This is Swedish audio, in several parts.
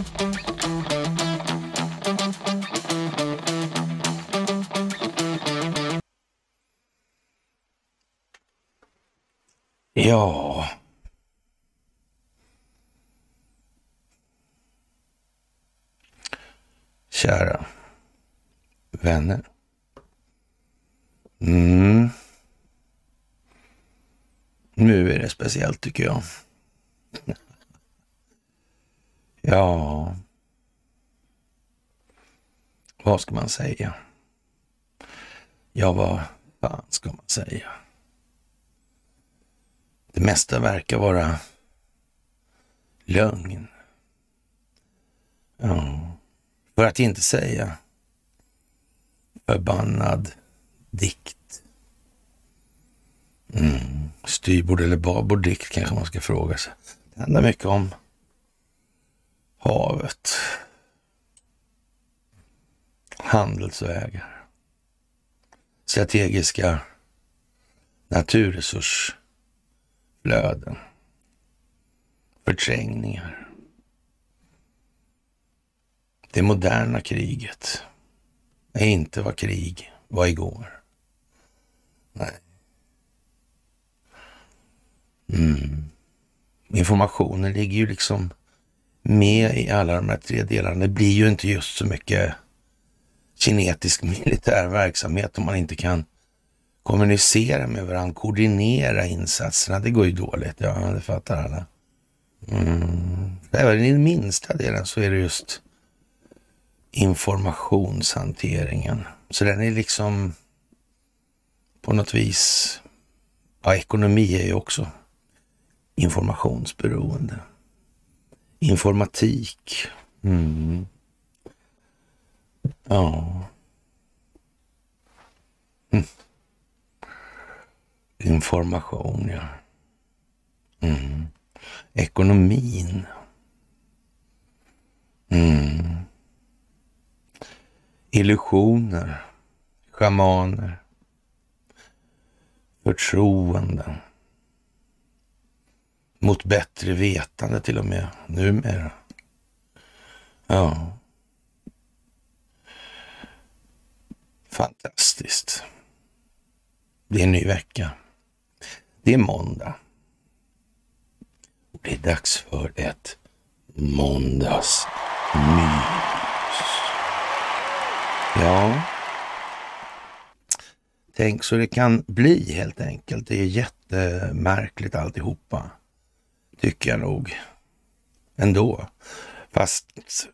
Ja, kära vänner. Nu är det speciellt tycker jag. Ja, vad ska man säga? Ja, vad fan ska man säga? Det mesta verkar vara lögn. Ja, för att inte säga förbannad dikt. Styrbord eller babord dikt kanske man ska fråga sig. Det handlar mycket om havet, handelsvägar, strategiska naturresursflöden, förträngningar. Det moderna kriget är inte vad krig var igår. Nej. Informationen ligger ju liksom med i alla de här tre delarna. Det blir ju inte just så mycket kinetisk militär verksamhet om man inte kan kommunicera med varandra, koordinera insatserna. Det går ju dåligt, ja, det fattar alla. Även i den minsta delen så är det just informationshanteringen. Så den är liksom på något vis, ja, ekonomi är ju också informationsberoende. Informatik. Ja. Information, ja. Ekonomin. Illusioner. Schamaner. Förtroende. Mot bättre vetande till och med numera. Ja. Fantastiskt. Det är en ny vecka. Det är måndag. Och det är dags för ett måndagsmys. Ja. Tänk så det kan bli helt enkelt. Det är jättemärkligt alltihopa. Tycker jag nog. Ändå. Fast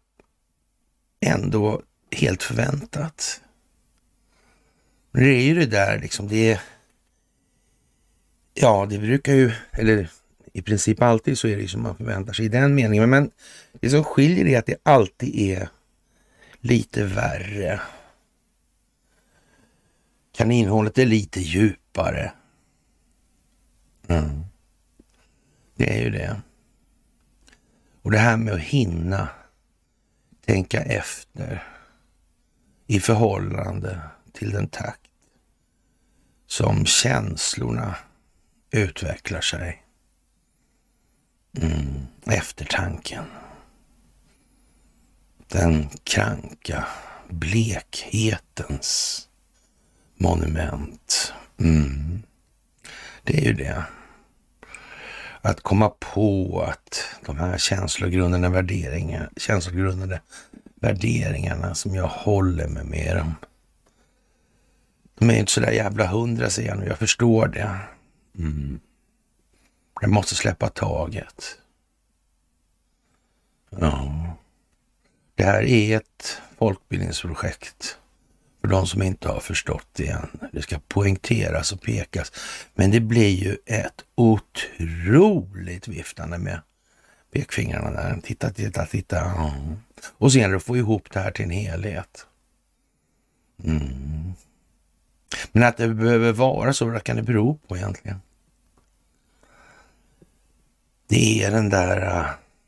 ändå helt förväntat. Det är ju det där liksom. Det är... Ja, det brukar ju... Eller i princip alltid så är det ju som man förväntar sig i den meningen. Men det som skiljer är att det alltid är lite värre. Kaninhålet är lite djupare. Det är ju det. Och det här med att hinna tänka efter i förhållande till den takt som känslorna utvecklar sig. Eftertanken. Den kranka blekhetens monument. Det är ju det. Att komma på att de här känslogrundande värderingarna som jag håller mig med dem. De är inte så där jävla 100 säger jag nu. Jag förstår det. Jag måste släppa taget. Ja. Det här är ett folkbildningsprojekt. För de som inte har förstått det än. Det ska poängteras och pekas. Men det blir ju ett otroligt viftande med pekfingrarna där. Titta. Och sen att få ihop det här till en helhet. Men att det behöver vara så, vad kan det bero på egentligen? Det är den där...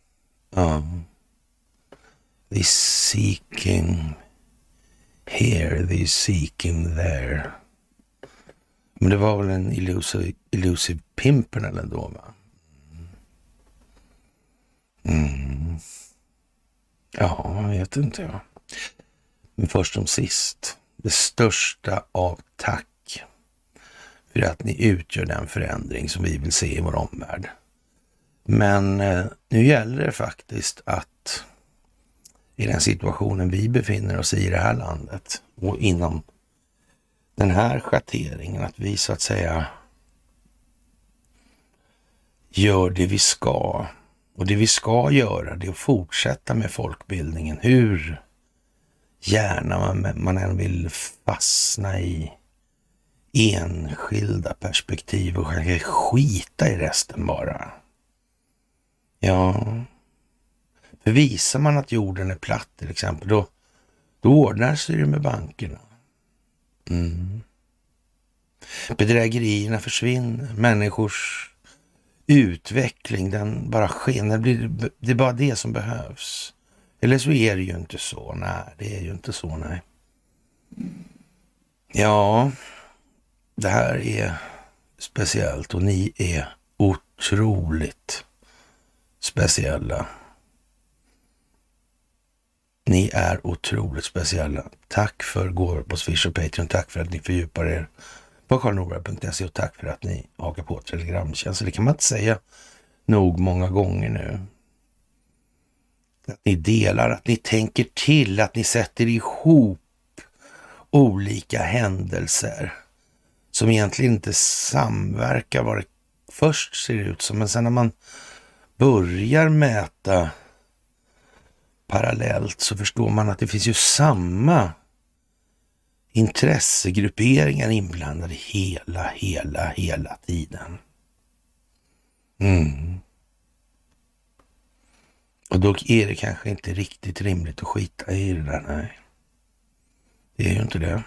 the seeking... Here they seek him there. Men det var väl en elusive pimpen eller då, va? Ja, jag vet inte. Ja. Men först som sist, det största av tack för att ni utgör den förändring som vi vill se i vår omvärld. Men nu gäller det faktiskt att i den situationen vi befinner oss i det här landet och inom den här schatteringen, att vi så att säga gör det vi ska. Och det vi ska göra, det är att fortsätta med folkbildningen. Hur gärna man än vill fastna i enskilda perspektiv och skita i resten bara. Ja, för visar man att jorden är platt till exempel, då ordnar sig det med bankerna. Bedrägerierna försvinner, människors utveckling, den bara skenar. Det är bara det som behövs. Eller så är det ju inte så. Nej, det är ju inte så, nej. Ja, det här är speciellt och ni är otroligt speciella. Ni är otroligt speciella. Tack för gåvor på Swish och Patreon. Tack för att ni fördjupar er på karlnorberg.se och tack för att ni hakar på Telegramtjänst. Det kan man inte säga nog många gånger nu. Att ni delar, att ni tänker till, att ni sätter ihop olika händelser som egentligen inte samverkar vad det först ser ut som. Men sen när man börjar mäta parallellt så förstår man att det finns ju samma intressegrupperingar inblandade hela tiden. Och då är det kanske inte riktigt rimligt att skita i det där, nej. Det är ju inte det.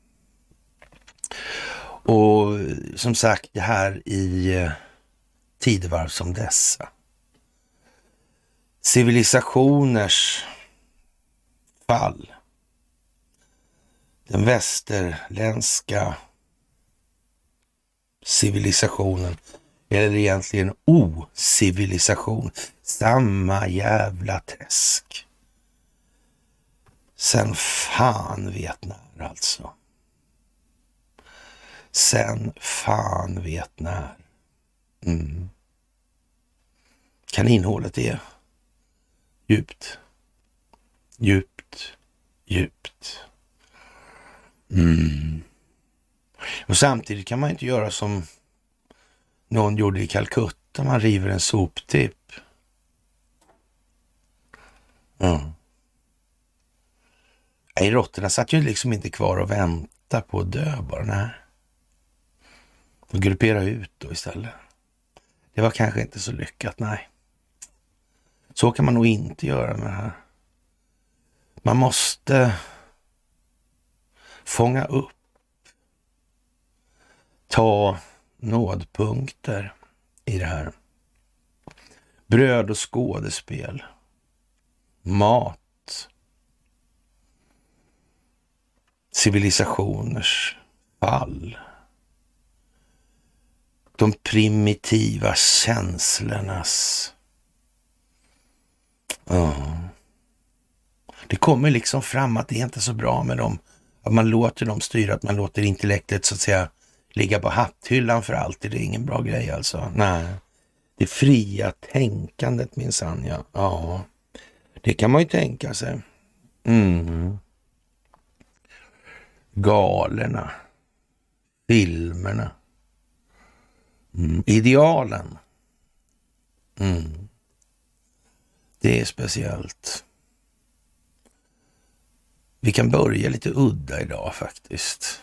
Och som sagt, det här i tidevarv som dessa. Civilisationers fall. Den västerländska civilisationen, eller egentligen ocivilisation, samma jävla träsk. Sen fan vet när alltså. Sen fan vet när. Kaninhålet är djupt. Och samtidigt kan man inte göra som någon gjorde i Calcutta. Man river en soptipp. Nej, råttorna satt ju liksom inte kvar och vänta på att dö bara. Nej. De grupperar ut då istället. Det var kanske inte så lyckat, nej. Så kan man nog inte göra med det här. Man måste fånga upp, ta nådpunkter i det här. Bröd och skådespel, mat, civilisationers fall, de primitiva känslornas. Det kommer liksom fram att det är inte så bra med dem. Att man låter dem styra, att man låter intellektet så att säga ligga på hatthyllan för alltid. Det är ingen bra grej alltså. Nej. Det fria tänkandet minsann, ja. Ja, det kan man ju tänka sig. Galerna. Filmerna. Idealen. Det är speciellt. Vi kan börja lite udda idag faktiskt.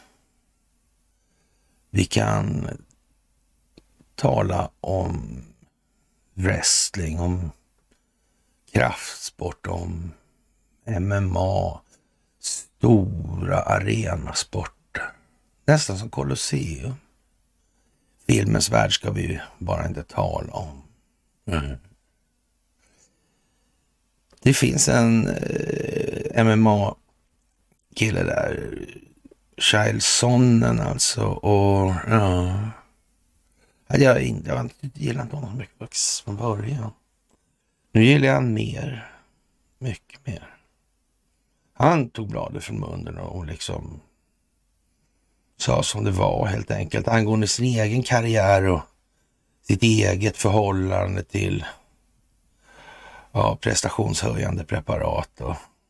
Vi kan tala om wrestling, om kraftsport, om MMA, stora arenasporter. Nästan som Colosseum. Filmens värld ska vi bara inte tala om. Det finns en MMA-kille där, Chilsonen alltså, och jag gillar inte honom så mycket från början. Nu gillar jag han mer. mycket mer. Han tog bladet från munnen och liksom sa som det var helt enkelt angående sin egen karriär och sitt eget förhållande till prestationshöjande preparat.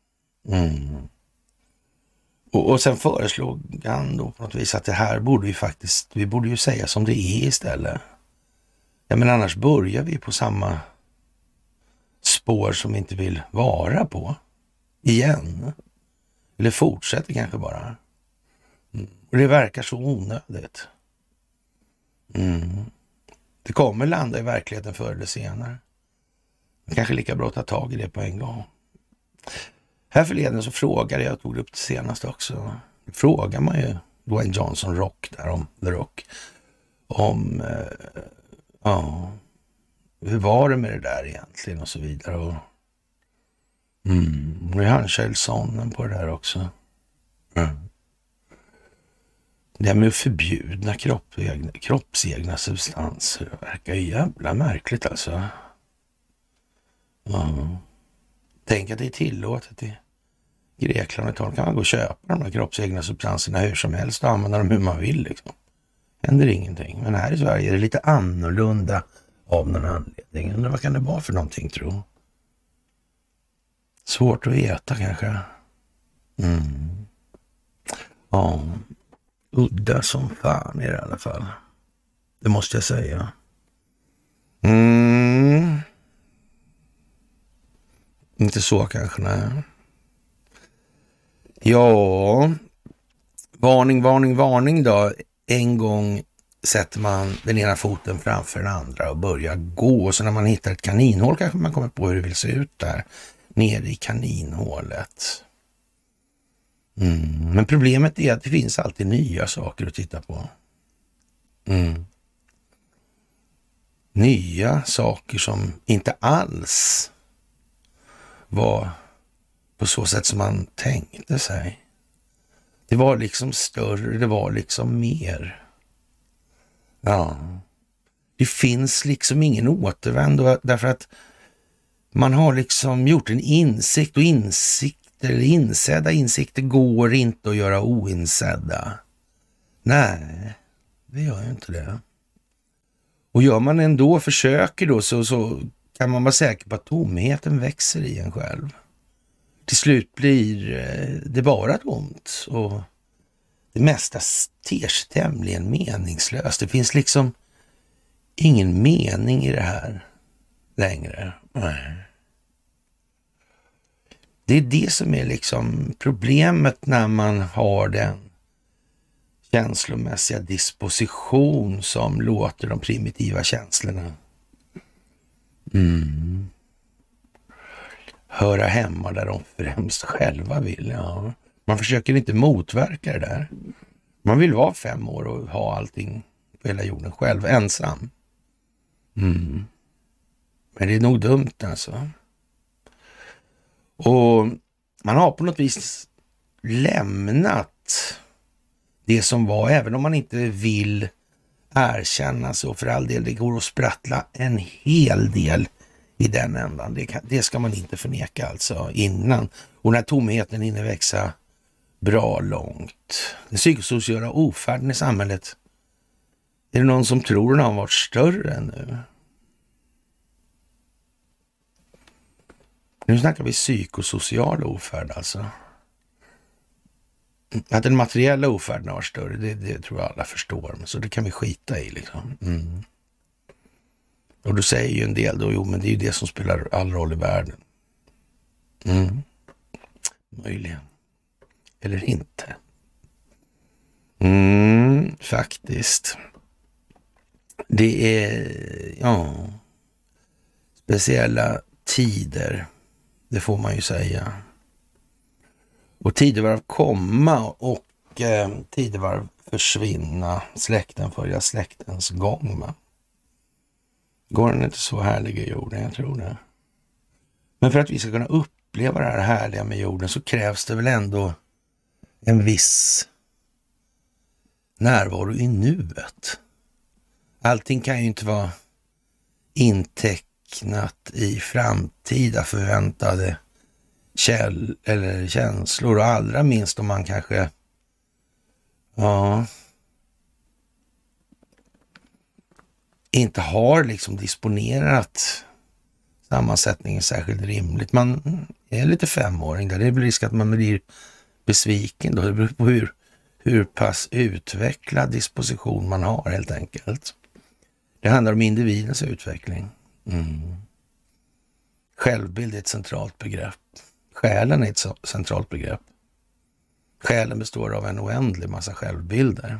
Och sen föreslog han då på något vis att det här borde vi borde ju säga som det är istället. Ja, men annars börjar vi på samma spår som vi inte vill vara på igen. Eller fortsätter kanske bara. Och det verkar så onödigt. Det kommer landa i verkligheten förr eller senare. Kanske lika bra att ta tag i det på en gång. Här förleden så frågade jag tog upp det senast också. Frågar man ju Dwayne Johnson Rock där om The Rock. Om hur var det med det där egentligen och så vidare. Och nu är han Kjellsonen på det där också. Det med att förbjudna kroppsegna substanser verkar ju jävla märkligt alltså. Tänk att det är tillåtet i Grekland och Italien. Kan man gå och köpa de här kroppsegna substanserna hur som helst och använda dem hur man vill liksom. Händer ingenting. Men här i Sverige är det lite annorlunda av någon anledning. Undrar vad kan det vara för någonting tro? Svårt att veta kanske. Ja, udda som fan är det i alla fall. Det måste jag säga. Inte så kanske, nej. Ja, varning då. En gång sätter man den ena foten framför den andra och börjar gå. Och så när man hittar ett kaninhål kanske man kommer på hur det vill se ut där. Nere i kaninhålet. Men problemet är att det finns alltid nya saker att titta på. Nya saker som inte alls var på så sätt som man tänkte sig. Det var liksom större, det var liksom mer. Ja. Det finns liksom ingen återvändo därför att man har liksom gjort en insikt och insedda insikter går inte att göra oinsedda. Nej, det gör ju inte det. Och gör man ändå försöker då så kan man vara säker på att tomheten växer i en själv. Till slut blir det bara tomt och det mesta ter sig tämligen meningslöst. Det finns liksom ingen mening i det här längre. Nej. Det är det som är liksom problemet när man har den känslomässiga disposition som låter de primitiva känslorna höra hemma där de främst själva vill. Ja. Man försöker inte motverka det där. Man vill vara 5 år och ha allting på hela jorden själv, ensam. Men det är nog dumt alltså. Och man har på något vis lämnat det som var, även om man inte vill erkänna så för all del. Det går att sprattla en hel del i den ändan. Det ska man inte förneka alltså innan. Och när tomheten hinner växa bra långt. Den psykosociala ofärden i samhället. Är det någon som tror den har varit större än nu? Nu snackar vi psykosocial ofärd alltså. Att den materiella ofärden har varit större, det tror jag alla förstår. Men så det kan vi skita i liksom. Och du säger ju en del då, men det är ju det som spelar all roll i världen. Möjligen. Eller inte. Faktiskt. Det är, speciella tider. Det får man ju säga. Och tidevarv komma och tidevarv försvinna. Släkten följa släktens gång. Va? Går den inte så härlig i jorden? Jag tror det. Men för att vi ska kunna uppleva det här härliga med jorden så krävs det väl ändå en viss närvaro i nuet. Allting kan ju inte vara intecknat i framtida förväntade eller känslor, och allra minst om man kanske inte har liksom disponerat sammansättningen särskilt rimligt. Man är lite femåring där. Det blir risk att man blir besviken då. Det beror på hur pass utvecklad disposition man har helt enkelt. Det handlar om individens utveckling. Självbild är ett centralt begrepp. Själen är ett centralt begrepp. Själen består av en oändlig massa självbilder.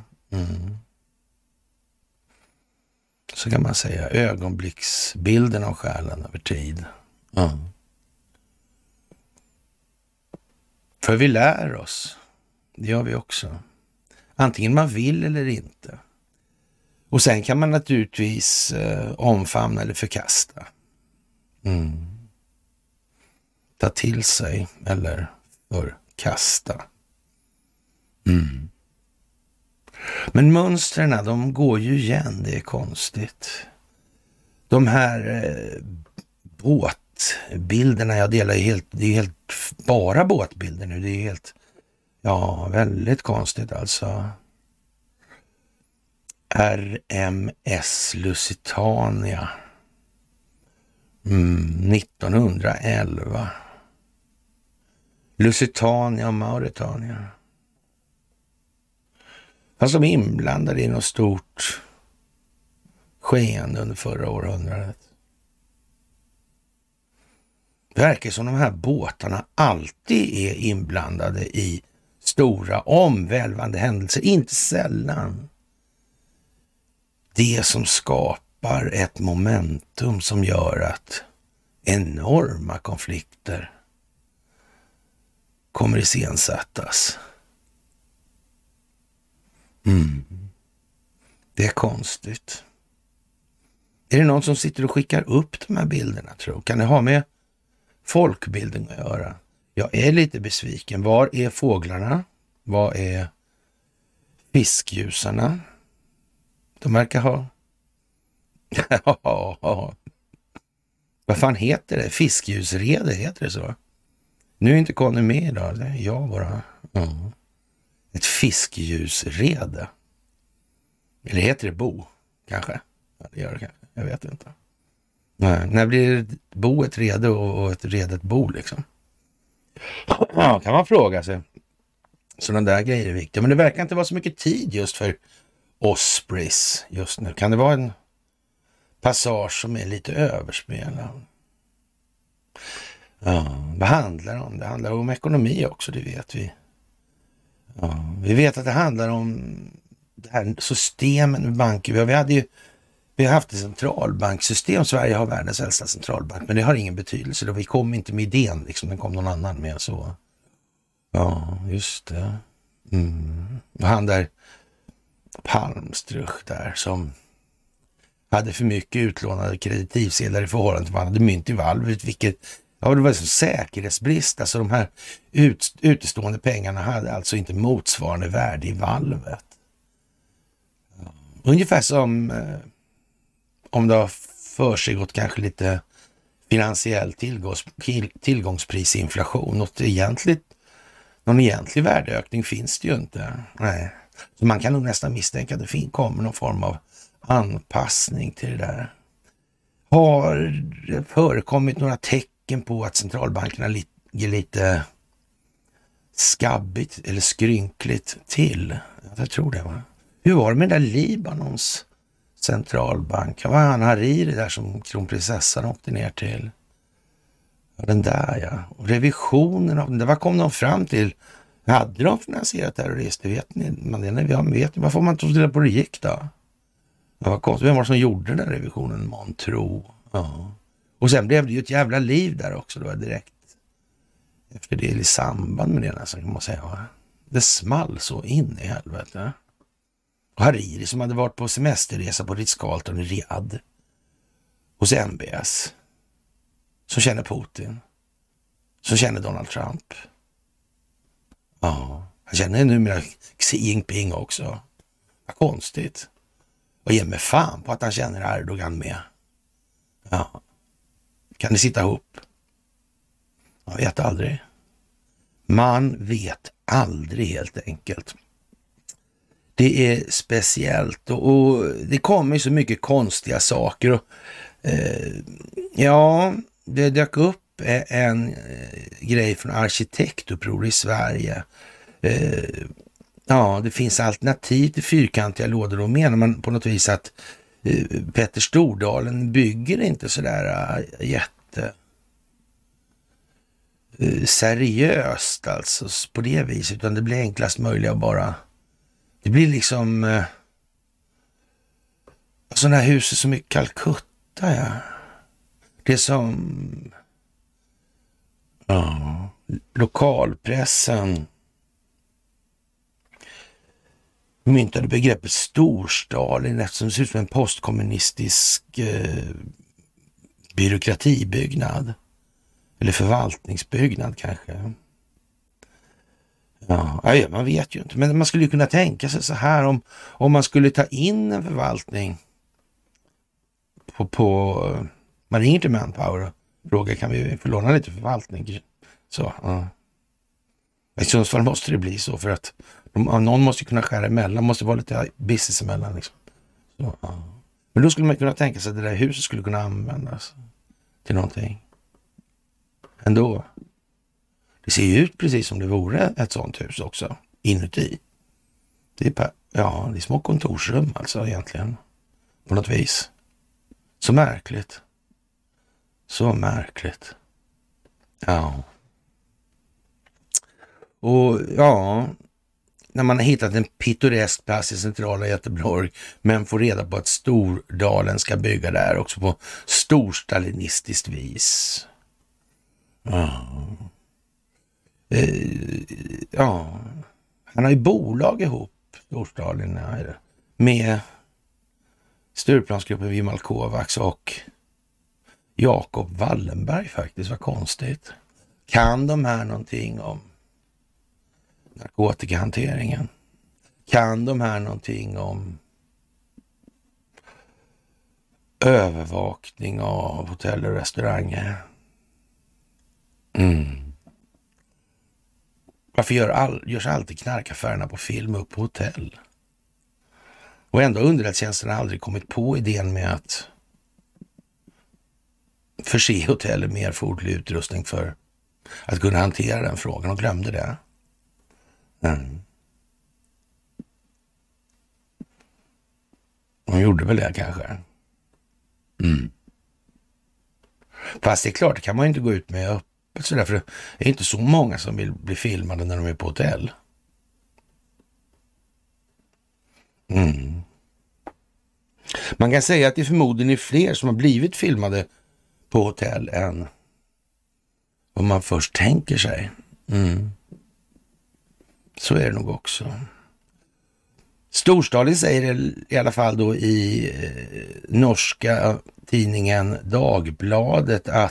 Så kan man säga. Ögonblicksbilden av själen över tid. För vi lär oss. Det gör vi också. Antingen man vill eller inte. Och sen kan man naturligtvis omfamna eller förkasta. Ta till sig eller förkasta. Men mönstren, de går ju igen, det är konstigt. De här båtbilderna jag delar det är helt bara båtbilder nu. Det är helt, väldigt konstigt alltså. RMS Lusitania 1911. Lusitania och Mauretania. Fast de är inblandade i något stort skeende under förra århundradet. Det verkar som de här båtarna alltid är inblandade i stora omvälvande händelser. Inte sällan det som skapar ett momentum som gör att enorma konflikter kommer iscensättas. Det är konstigt. Är det någon som sitter och skickar upp de här bilderna, tror? Kan det ha med folkbildning att göra? Jag är lite besviken. Var är fåglarna? Var är fiskljusarna? De verkar ha... Vad fan heter det? Fiskljusrede, heter det så? Nu är inte Conny med idag. Det är jag bara. Ett fiskljusrede. Eller heter det bo? Kanske. Ja, det gör det kanske. Jag vet inte. Nej, när blir ett bo ett rede och ett rede ett bo liksom? Ja, kan man fråga sig. Sådana där grejer är viktiga. Men det verkar inte vara så mycket tid just för Ospreys just nu. Kan det vara en passage som är lite överspelad? Ja, vad handlar det om? Det handlar om ekonomi också, det vet vi. Ja, vi vet att det handlar om det här systemen med banker. Vi har haft ett centralbanksystem. Sverige har världens äldsta centralbank, men det har ingen betydelse. Då vi kom inte med idén, liksom, den kom någon annan med. Så. Ja, just det. Och han där Palmstruch där som hade för mycket utlånade kreditivsedlar i förhållande till vad han hade mynt i valvet, vilket det var så säkerhetsbrist. Alltså de här utestående pengarna hade alltså inte motsvarande värde i valvet. Ungefär som om det har för sig gått kanske lite finansiell tillgångsprisinflation. Någon egentlig värdeökning finns det ju inte. Nej. Så man kan nog nästan misstänka att det kommer någon form av anpassning till det där. Har det förekommit några tecken på att centralbankerna ligger lite skabbigt eller skrynkligt till? Jag tror det, va? Hur var det med den där Libanons centralbank? Vad var han Hariri där som kronprinsessan åkte ner till? Ja, den där, ja. Och revisionen av den där, vad kom de fram till? Hade de finansierat terrorister? Vet ni? Man vet, varför får man inte reda på det gick då? Ja, vad konstigt. Vem var det som gjorde den där revisionen? Man tror. Ja. Och sen blev det ju ett jävla liv där också då, direkt. Efter det, i samband med det nästan, kan man säga. Va? Det small så in i helvete. Och Hariri som hade varit på semesterresa på Ritz-Carlton i Riyadh hos MBS. Som känner Putin. Som känner Donald Trump. Ja, han känner numera Xi Jinping också. Vad konstigt. Och ge mig fan på att han känner Erdogan med. Ja. Kan det sitta ihop? Jag vet aldrig. Man vet aldrig helt enkelt. Det är speciellt och det kommer så mycket konstiga saker. Och, ja, det dök upp en grej från arkitektuppror i Sverige. Ja, det finns alternativ till fyrkantiga lådor och menar man på något vis att Petter Stordalen bygger inte sådär jätte seriöst alltså på det viset, utan det blir enklast möjliga bara. Det blir liksom sådana här hus som i Calcutta, ja. Det är som lokalpressen myntade begreppet Storstalin eftersom det ser ut som en postkommunistisk byråkratibyggnad. Eller förvaltningsbyggnad kanske. Ja, man vet ju inte. Men man skulle ju kunna tänka sig så här om man skulle ta in en förvaltning på man ringer till Manpower och frågar kan vi få låna lite förvaltning? Så, ja. I Sundsvall måste det bli så för att någon måste kunna skära emellan, måste vara lite business emellan liksom. Så, ja. Men då skulle man kunna tänka sig att det där huset skulle kunna användas till någonting. Ändå. Det ser ju ut precis som det vore ett sånt hus också, inuti. Det är små kontorsrum alltså egentligen, på något vis. Så märkligt. Så märkligt. Ja. Och ja, när man har hittat en pittoresk plats i centrala Göteborg men får reda på att Stordalen ska bygga där också på storstalinistiskt vis. Ja. Han har ju bolag ihop, Storstalin, med Stureplansgruppen Vimal Kovacs och Jakob Wallenberg faktiskt. Vad konstigt. Kan de här någonting om narkotikahanteringen? Kan de här någonting om övervakning av hotell och restauranger? Varför görs alltid knarkaffärerna på film upp på hotell? Och ändå har underrättelsetjänsten aldrig kommit på idén med att förse hotellet med erforderlig utrustning för att kunna hantera den frågan och glömde det. De gjorde väl det kanske. Fast det är klart, det kan man ju inte gå ut med öppet sådär, för det är inte så många som vill bli filmade när de är på hotell. Man kan säga att det förmodligen är fler som har blivit filmade på hotell än vad man först tänker sig. Så är det nog också. Storstalin säger det i alla fall då i norska tidningen Dagbladet att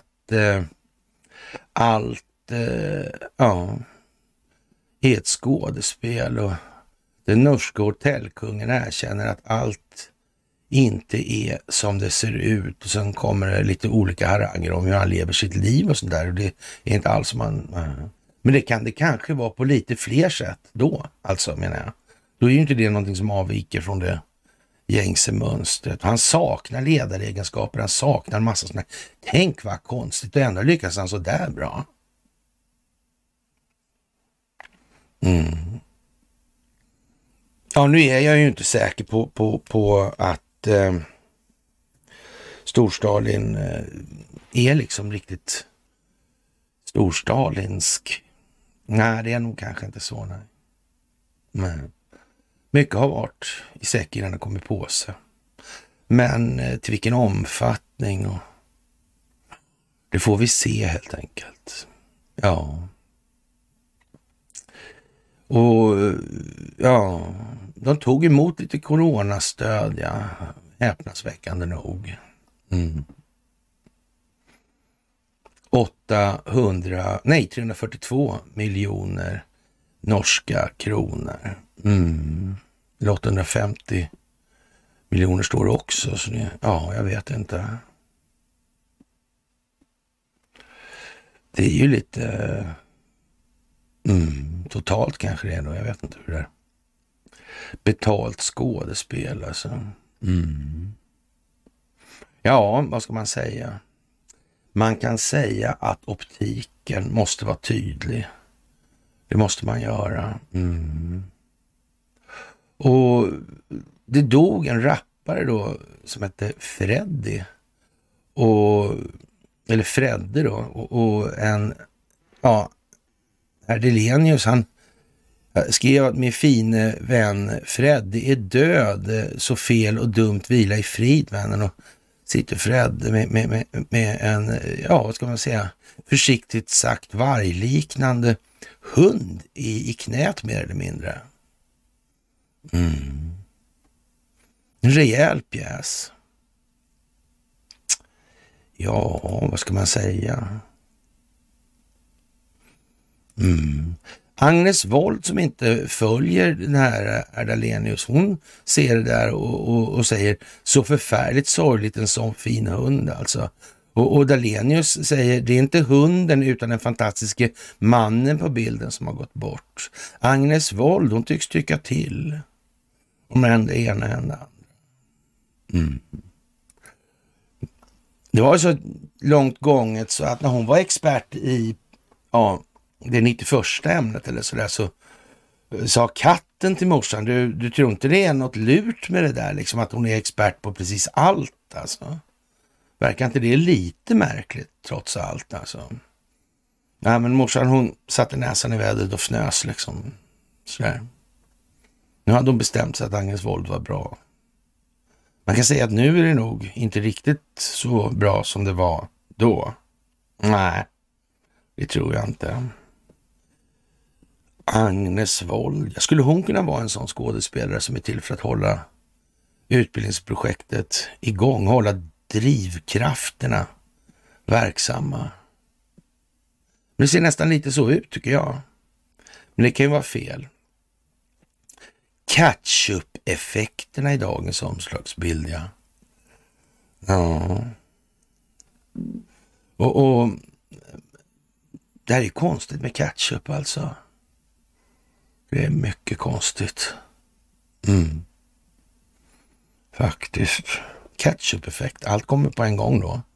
allt är ett skådespel och den norska hotellkungen erkänner att allt inte är som det ser ut och sen kommer det lite olika haranger om hur han lever sitt liv och sånt där och det är inte alls som man... Men det kan det kanske vara på lite fler sätt då, alltså menar jag. Då är ju inte det någonting som avviker från det gängse mönstret. Han saknar ledaregenskaper, han saknar en massa sådana. Tänk vad konstigt och ändå lyckas han så där bra. Ja, nu är jag ju inte säker på att Storstalin är liksom riktigt storstalinsk. Nej, det är nog kanske inte så, nej. Men mycket har varit i säck innan det kommer på sig. Men till vilken omfattning och det får vi se helt enkelt. Ja. Och ja, de tog emot lite coronastöd, ja. Häpnadsväckande nog. 342 miljoner norska kronor. Eller 850 miljoner står det också. Så det, ja, jag vet inte. Det är ju lite Totalt kanske det är då, jag vet inte hur det är. Betalt skådespel alltså. Ja, vad ska man säga? Man kan säga att optiken måste vara tydlig. Det måste man göra. Och det dog en rappare då som hette Freddy. Eller Fredde då. Och en, Erdelienius, han skrev att min fine vän Freddy är död. Så fel och dumt vila i frid, vännen. Och sitter Fred med en, vad ska man säga, försiktigt sagt vargliknande hund i knät mer eller mindre. En rejäl pjäs. Ja, vad ska man säga? Agnes Wold som inte följer den här Erdelienius, hon ser det där och säger så förfärligt sorgligt, en sån fin hund alltså. Och Dahlénius säger det är inte hunden utan den fantastiska mannen på bilden som har gått bort. Agnes Wold, hon tycks tycka till om än det ena än det andra. Det var så långt gånget så att när hon var expert i det 91:a ämnet eller sådär, så sa katten till morsan, du tror inte det är något lurt med det där liksom, att hon är expert på precis allt alltså. Verkar inte det lite märkligt trots allt alltså? Nej, men morsan hon satte näsan i vädret och fnös liksom sådär. Nu hade hon bestämt sig att Agnes Wold var bra. Man kan säga att nu är det nog inte riktigt så bra som det var då. Nej, det tror jag inte. Agnes Wold, skulle hon kunna vara en sån skådespelare som är till för att hålla utbildningsprojektet igång, hålla drivkrafterna verksamma? Men det ser nästan lite så ut tycker jag. Men det kan ju vara fel. Catch-up-effekterna i dagens omslagsbild, ja. Och det här är konstigt med catch-up alltså. Det är mycket konstigt. Faktiskt. Catch-up-effekt. Allt kommer på en gång då.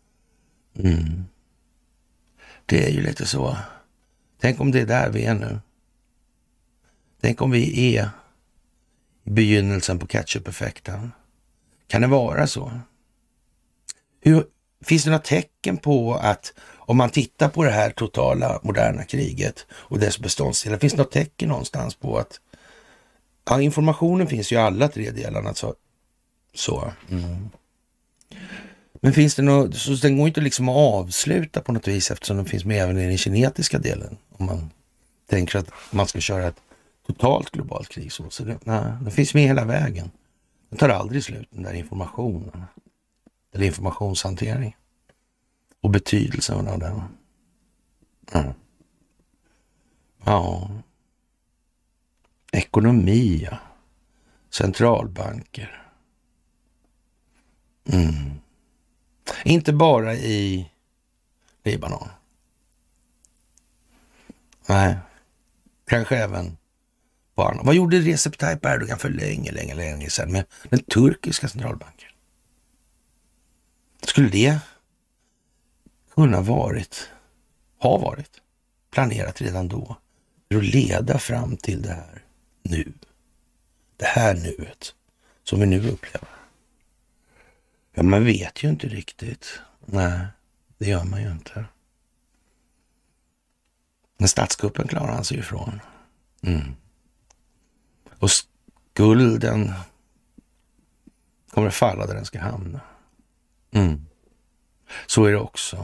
Det är ju lite så. Tänk om det är där vi är nu. Tänk om vi är i begynnelsen på catch-up-effekten. Kan det vara så? Finns det några tecken på att om man tittar på det här totala moderna kriget och dess beståndsdelar, finns det något tecken någonstans på att informationen finns ju i alla tre delarna så. Men finns det något, så den går inte liksom att avsluta på något vis eftersom den finns med även i den kinetiska delen om man tänker att man ska köra ett totalt globalt krig så det finns med hela vägen. Den tar aldrig slut, den där informationen eller informationshantering och betydelsen av den. Ekonomi, centralbanker. Inte bara i Libanon. Nej, kanske även på andra. Vad gjorde Recep Tayyip Erdogan för länge sedan med den turkiska centralbanken? Skulle det kunna ha varit planerat redan då för att leda fram till det här nu? Det här nuet som vi nu upplever. Ja, man vet ju inte riktigt. Nej, det gör man ju inte. Men statskuppen klarar han sig ifrån. Och skulden kommer falla där den ska hamna. Så är det också.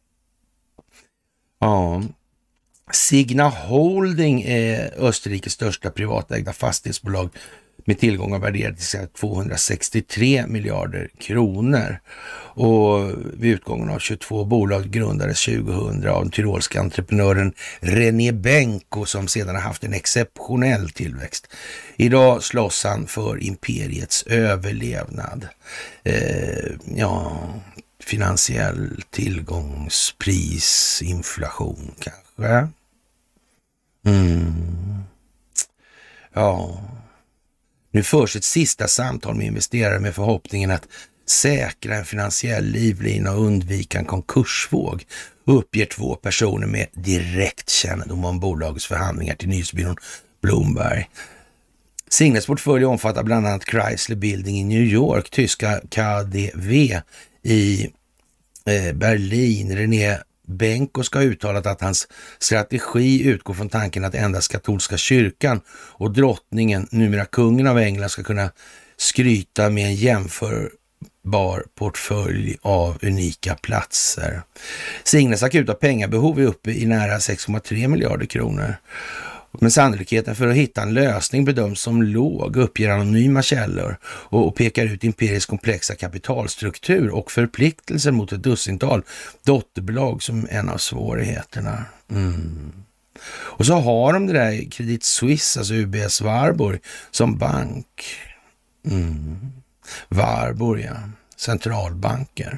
Signa Holding är Österrikes största privatägda fastighetsbolag med tillgångar värderade till 263 miljarder kronor. Och vid utgången av 22 bolag grundades 2000 av den tyrolska entreprenören René Benko som sedan har haft en exceptionell tillväxt. Idag slåss han för imperiets överlevnad. Finansiell tillgångspris, inflation kanske. Ja, nu förs ett sista samtal med investerare med förhoppningen att säkra en finansiell livlina och undvika en konkursvåg, uppger 2 personer med direkt kännedom om bolagets förhandlingar till nyhetsbyrån Bloomberg. Signes portfölj omfattar bland annat Chrysler Building i New York, tyska KDW i Berlin. René Benko ska ha uttalat att hans strategi utgår från tanken att endast katolska kyrkan och drottningen, numera kungen av England, ska kunna skryta med en jämförbar portfölj av unika platser. Signes akuta pengabehov är uppe i nära 6,3 miljarder kronor. Men sannolikheten för att hitta en lösning bedöms som låg, uppger anonyma källor och pekar ut imperiets komplexa kapitalstruktur och förpliktelser mot ett dussintal dotterbolag som en av svårigheterna. Och så har de det där Credit Suisse, alltså UBS Warburg, som bank. Warburg, ja. Centralbanker.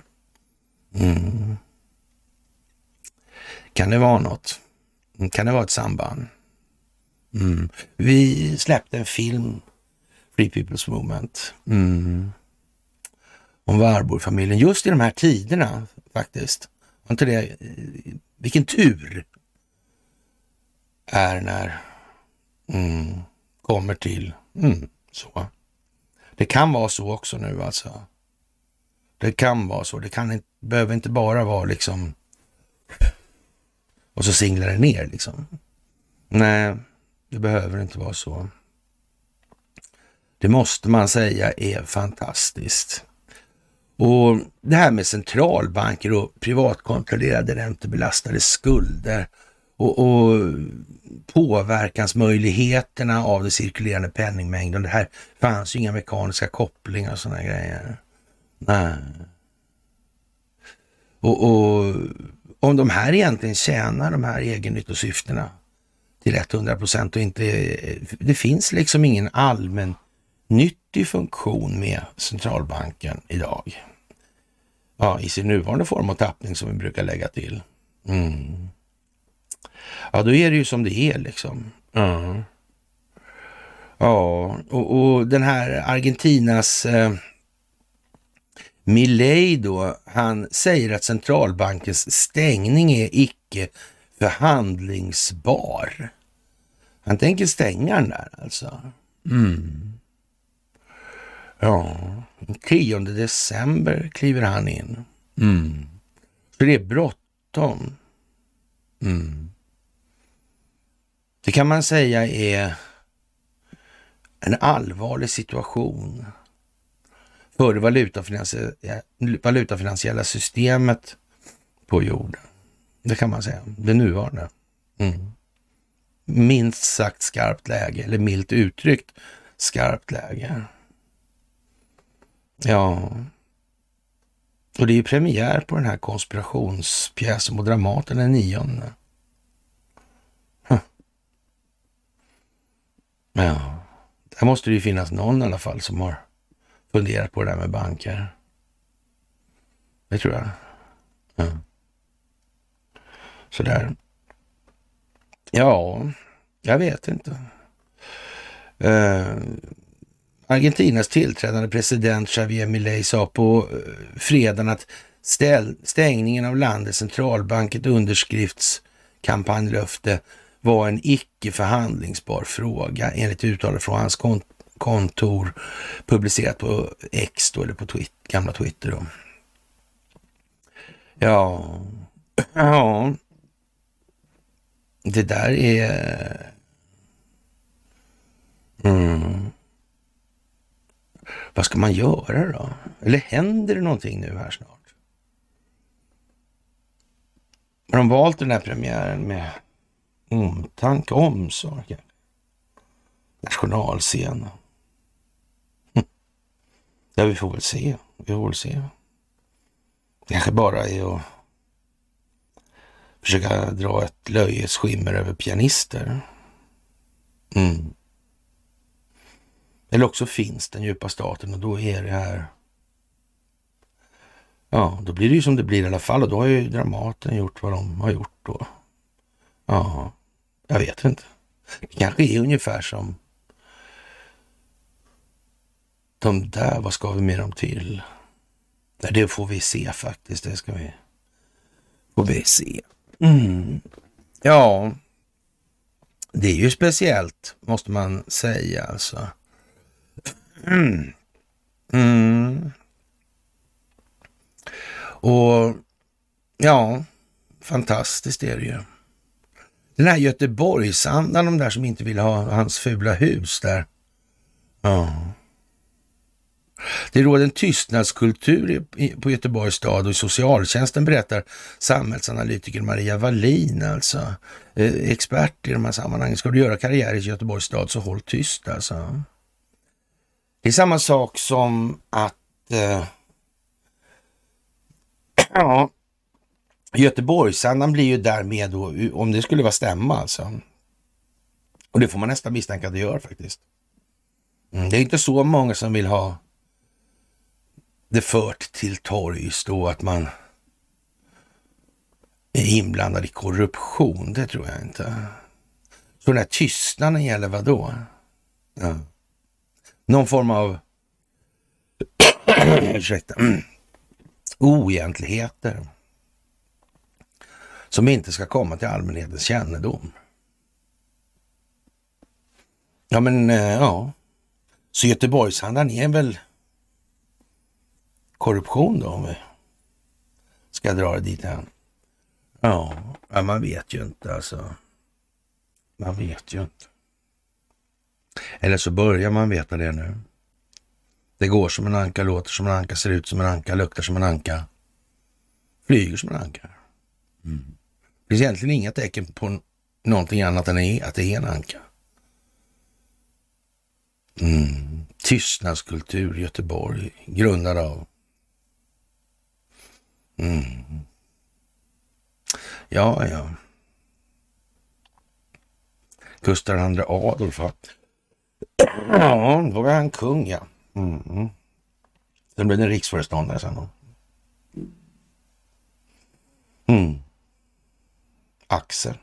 Kan det vara något? Kan det vara ett samband? Vi släppte en film, Free People's Movement, om Warburg-familjen just i de här tiderna faktiskt. Var inte det, vilken tur är när kommer till så. Det kan vara så också nu alltså. Det kan vara så. Det behöver inte bara vara liksom och så singlar det ner liksom. Nej, det behöver inte vara så. Det måste man säga är fantastiskt. Och det här med centralbanker och privatkontrollerade räntebelastade skulder och påverkansmöjligheterna av det cirkulerande penningmängden. Det här fanns ju inga mekaniska kopplingar och sådana grejer. Nej. Och om de här egentligen tjänar de här egennyttosyftena till 100% och inte, det finns liksom ingen allmän nyttig funktion med centralbanken idag. Ja, i sin nuvarande form och tappning som vi brukar lägga till. Ja, då är det ju som det är liksom. Ja, och den här Argentinas Milei då, han säger att centralbankens stängning är icke förhandlingsbar. Han tänker stänga den där alltså. Ja, 10 december kliver han in. Så det är bråttom. Det kan man säga är en allvarlig situation för det valutafinansiella systemet på jorden. Det kan man säga. Det nuvarande. Minst sagt skarpt läge, eller milt uttryckt skarpt läge. Ja. Och det är ju premiär på den här konspirationspjäsen på Dramaten den 9. Ja. Där måste det ju finnas någon i alla fall som har funderat på det där med banker. Det tror jag. Ja. Sådär. Ja, jag vet inte. Argentinas tillträdande president Javier Milei sa på fredagen att stängningen av landets centralbank, ett underskriftskampanjlöfte, var en icke förhandlingsbar fråga enligt uttalande från hans kontor publicerat på X då, eller på gamla Twitter då. Ja. Det där är vad ska man göra då? Eller händer det någonting nu här snart? Har de valt den här premiären med omtanke, omsorg? Nationalscen. Ja, vi får väl se. Det kanske bara är att försöka dra ett löjets skimmer över pianister. Eller också finns den djupa staten och då är det här. Ja, då blir det ju som det blir i alla fall och då har ju Dramaten gjort vad de har gjort då. Ja, jag vet inte. Det kanske är ungefär som de där, vad ska vi med dem till? Det får vi se faktiskt, det ska vi se. Ja, det är ju speciellt, måste man säga alltså. Och ja, fantastiskt är det ju. Den här Göteborgsandan, de där som inte vill ha hans fula hus där. Ja. Det råder en tystnadskultur på Göteborgs stad och i socialtjänsten, berättar samhällsanalytiker Maria Wallin, alltså expert i de här sammanhangen. Ska du göra karriär i Göteborgs stad så håll tyst alltså. Det är samma sak som att ja, Göteborgsandan blir ju därmed då, om det skulle vara stämma alltså. Och det får man nästan misstänka att det gör faktiskt. Det är inte så många som vill ha det fört till torgs då att man är inblandad i korruption. Det tror jag inte. Så den här tystnaden gäller vad då? Ja. Någon form av oegentligheter som inte ska komma till allmänhetens kännedom. Ja, men ja. Så Göteborgshandeln är väl korruption då, om vi ska dra det dit än. Ja, man vet ju inte alltså. Man vet ju inte. Eller så börjar man veta det nu. Det går som en anka, låter som en anka, ser ut som en anka, luktar som en anka, flyger som en anka. Det finns egentligen inga tecken på någonting annat än att det är en anka. Tystnadskultur i Göteborg, grundad av ja. Gustav II Adolf. Ja, då var han kung, ja. Sen blev det en riksföreståndare sen då. Axel.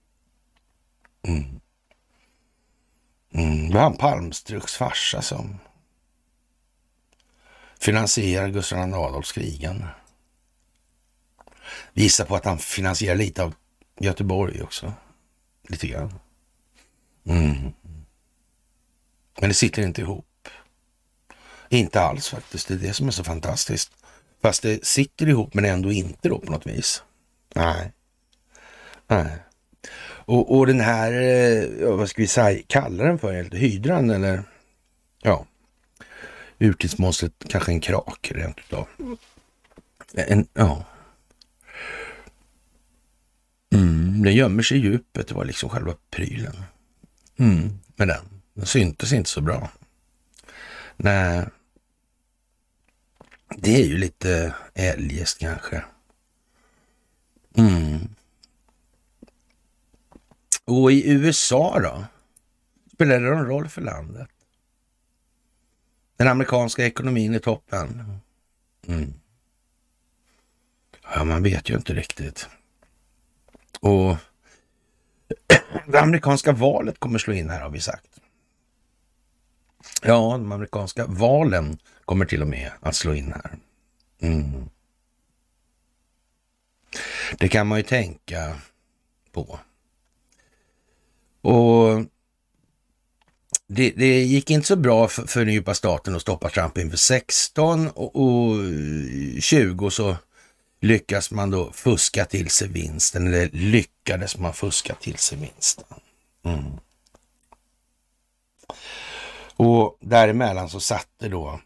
Det var han Palmstruks farsa som finansierar Gustav II Adolfs krigen. Visar på att han finansierar lite av Göteborg också. Lite grann. Men det sitter inte ihop. Inte alls faktiskt. Det är det som är så fantastiskt. Fast det sitter ihop men ändå inte då på något vis. Nej. Och den här, vad ska vi säga, kallar den för? Hydran eller? Ja. Urtidsmonstret, kanske en krak rent utav. Ja. Den gömmer sig i djupet, det var liksom själva prylen. Men den syntes inte så bra. Nej. Det är ju lite eljest kanske. Och i USA då? Spelar det någon roll för landet? Den amerikanska ekonomin i toppen. Ja, man vet ju inte riktigt. Och det amerikanska valet kommer slå in här, har vi sagt. Ja, de amerikanska valen kommer till och med att slå in här. Det kan man ju tänka på. Och det gick inte så bra för den djupa staten att stoppa Trump inför 16 och 20 så lyckas man då fuska till sig vinsten, eller lyckades man fuska till sig vinsten. Och däremellan så satte då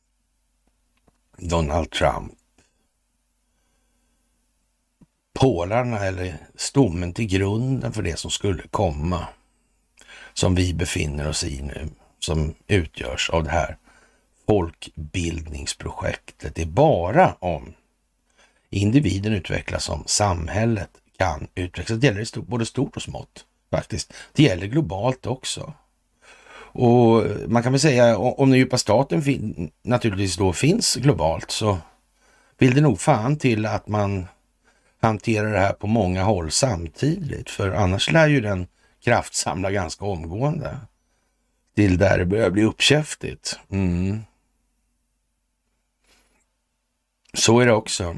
Donald Trump pålarna eller stommen till grunden för det som skulle komma, som vi befinner oss i nu, som utgörs av det här folkbildningsprojektet. Det är bara om individen utvecklas som samhället kan utvecklas. Det gäller både stort och smått faktiskt. Det gäller globalt också. Och man kan väl säga, om den djupa staten naturligtvis då finns globalt, så vill det nog fan till att man hanterar det här på många håll samtidigt. För annars lär ju den kraftsamla ganska omgående. Till där det börjar bli uppkäftigt. Så är det också.